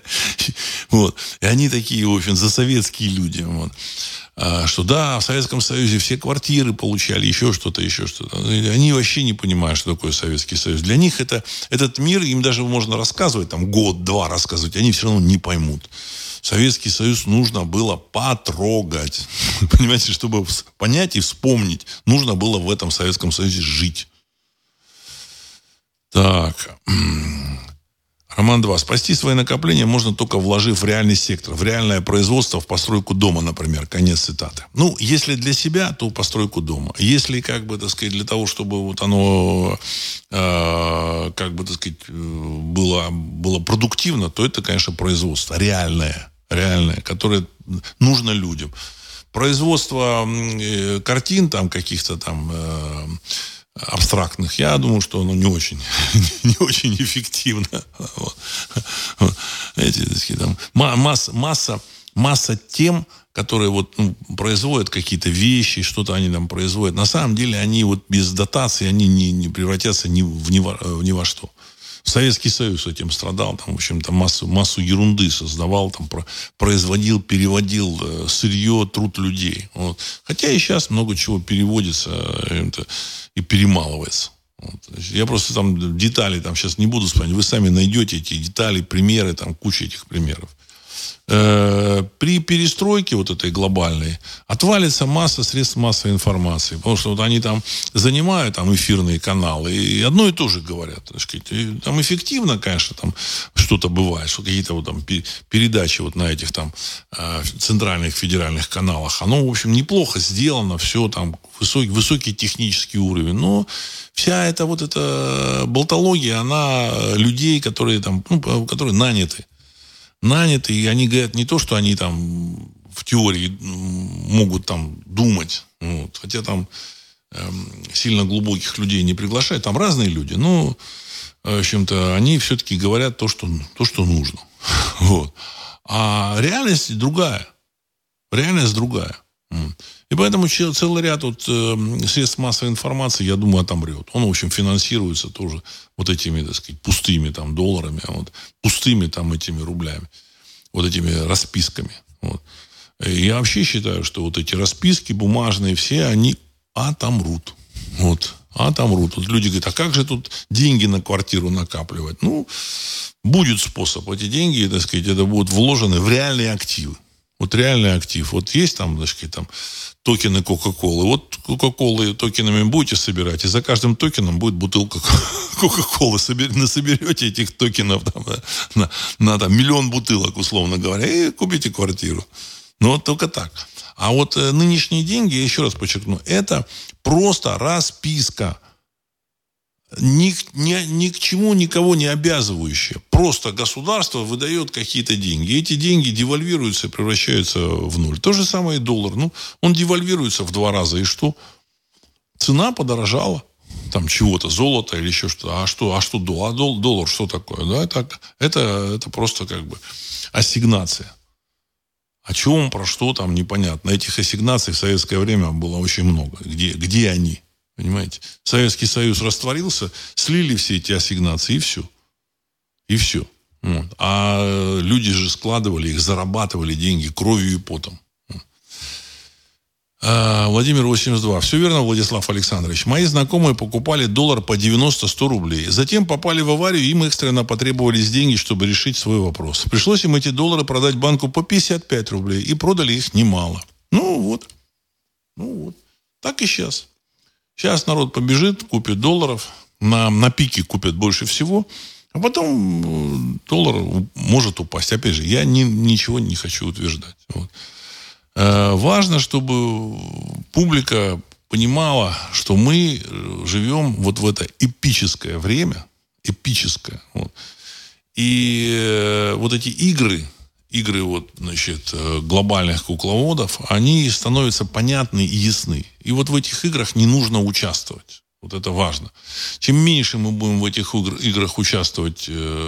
Вот. И они такие, в общем, засоветские люди. Вот. Что да, в Советском Союзе все квартиры получали, еще что-то, еще что-то. Они вообще не понимают, что такое Советский Союз. Для них это, этот мир, им даже можно рассказывать, там год-два рассказывать, они все равно не поймут. Советский Союз нужно было потрогать. Понимаете, чтобы понять и вспомнить, нужно было в этом Советском Союзе жить. Так. Роман два. Спасти свои накопления можно только вложив в реальный сектор, в реальное производство, в постройку дома, например. Конец цитаты. Ну, если для себя, то постройку дома. Если, как бы, так сказать, для того, чтобы вот оно, э, как бы, так сказать, было, было продуктивно, то это, конечно, производство реальное, реальное, которое нужно людям. Производство э, картин там каких-то там... Э, абстрактных, я думаю, что оно не очень, не очень эффективно. Вот. Знаете, там, масса, масса, масса тем, которые вот, ну, производят какие-то вещи, что-то они там производят. На самом деле они вот без дотации они не, не превратятся ни в, ни, во, ни во что. Советский Союз этим страдал, там, в общем-то, массу, массу ерунды создавал, там, про, производил, переводил э, сырье, труд людей. Вот. Хотя и сейчас много чего переводится э, и перемалывается. Вот. Я просто там детали там сейчас не буду вспоминать. Вы сами найдете эти детали, примеры, там куча этих примеров. При перестройке вот этой глобальной отвалится масса средств массовой информации. Потому что вот они там занимают там эфирные каналы и одно и то же говорят. Так сказать. И там эффективно, конечно, там что-то бывает, что какие-то вот там передачи вот на этих там центральных федеральных каналах. Оно, в общем, неплохо сделано, все там высокий, высокий технический уровень. Но вся эта вот эта болтология, она людей, которые там, ну, которые наняты. наняты, и они говорят не то, что они там в теории могут там думать, вот, хотя там эм, сильно глубоких людей не приглашают, там разные люди, но в общем-то они все-таки говорят то, что, то, что нужно. Вот. А реальность другая. Реальность другая. И поэтому целый ряд вот, э, средств массовой информации, я думаю, отомрет. Он, в общем, финансируется тоже вот этими, так сказать, пустыми там долларами, вот, пустыми там этими рублями, вот этими расписками. Вот. И я вообще считаю, что вот эти расписки бумажные все, они отомрут. Вот. Отомрут. Вот люди говорят, а как же тут деньги на квартиру накапливать? Ну, будет способ. Эти деньги, так сказать, это будут вложены в реальные активы. Вот реальный актив. Вот есть там, так сказать, там токены Кока-Колы. Вот Кока-Колы токенами будете собирать, и за каждым токеном будет бутылка Кока-Колы. Насоберете этих токенов там, да, на, на там, миллион бутылок, условно говоря, и купите квартиру. Ну, вот только так. А вот э, нынешние деньги, я еще раз подчеркну, это просто расписка. Ни, ни, ни к чему никого не обязывающее. Просто государство выдает какие-то деньги. И эти деньги девальвируются и превращаются в ноль. То же самое и доллар. Ну, он девальвируется в два раза. И что? Цена подорожала. Там чего-то, золото или еще что-то. А что, а что доллар? А дол, доллар что такое? Да, это, это, это просто как бы ассигнация. О чем, про что там, непонятно. Этих ассигнаций в советское время было очень много. Где, где они? Понимаете? Советский Союз растворился, слили все эти ассигнации, и все. И все. Вот. А люди же складывали их, зарабатывали деньги кровью и потом. А, Владимир восемьдесят два. Все верно, Владислав Александрович. Мои знакомые покупали доллар по девяносто-сто рублей. Затем попали в аварию, им экстренно потребовались деньги, чтобы решить свой вопрос. Пришлось им эти доллары продать банку по пятьдесят пять рублей. И продали их немало. Ну вот. Ну вот. Так и сейчас. Сейчас народ побежит, купит долларов, на, на пике купят больше всего, а потом доллар может упасть. Опять же, я ни, ничего не хочу утверждать. Вот. Э, важно, чтобы публика понимала, что мы живем вот в это эпическое время, эпическое. Вот. И э, вот эти игры, игры вот, значит, глобальных кукловодов, они становятся понятны и ясны. И вот в этих играх не нужно участвовать. Вот это важно. Чем меньше мы будем в этих игр, играх участвовать,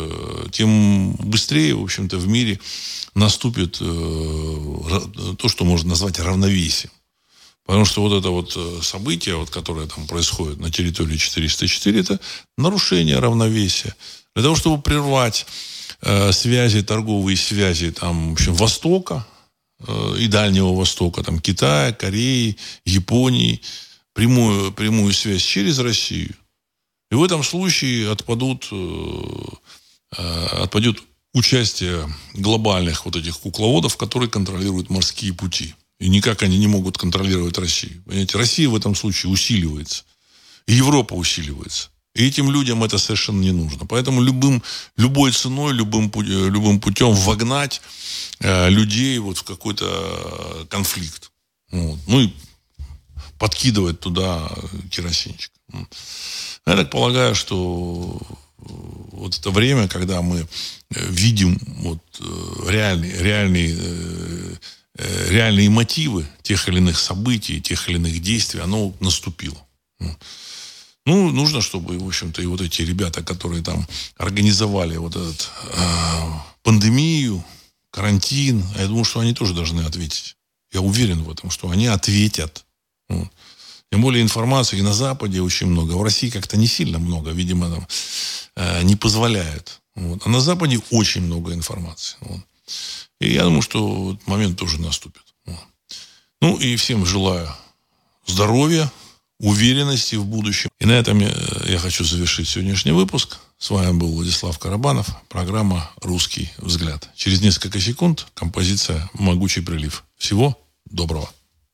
тем быстрее, в общем-то, в мире наступит то, что можно назвать равновесием. Потому что вот это вот событие, вот, которое там происходит на территории четыреста четыре, это нарушение равновесия. Для того, чтобы прервать связи, торговые связи там, в общем, Востока э, и Дальнего Востока, там, Китая, Кореи, Японии, прямую, прямую связь через Россию. И в этом случае отпадут, э, отпадет участие глобальных вот этих кукловодов, которые контролируют морские пути. И никак они не могут контролировать Россию. Понимаете, Россия в этом случае усиливается. И Европа усиливается. И этим людям это совершенно не нужно. Поэтому любым, любой ценой, любым, любым путем вогнать э, людей вот в какой-то конфликт. Вот. Ну и подкидывать туда керосинчик. Я так полагаю, что вот это время, когда мы видим вот реальные, реальные, реальные мотивы тех или иных событий, тех или иных действий, оно наступило. Ну, нужно, чтобы, в общем-то, и вот эти ребята, которые там организовали вот эту э, пандемию, карантин, я думаю, что они тоже должны ответить. Я уверен в этом, что они ответят. Вот. Тем более информации и на Западе очень много. В России как-то не сильно много, видимо, там, э, не позволяют. Вот. А на Западе очень много информации. Вот. И я думаю, что этот момент тоже наступит. Вот. Ну, и всем желаю здоровья, уверенности в будущем. И на этом я хочу завершить сегодняшний выпуск. С вами был Владислав Карабанов. Программа «Русский взгляд». Через несколько секунд композиция «Могучий прилив». Всего доброго.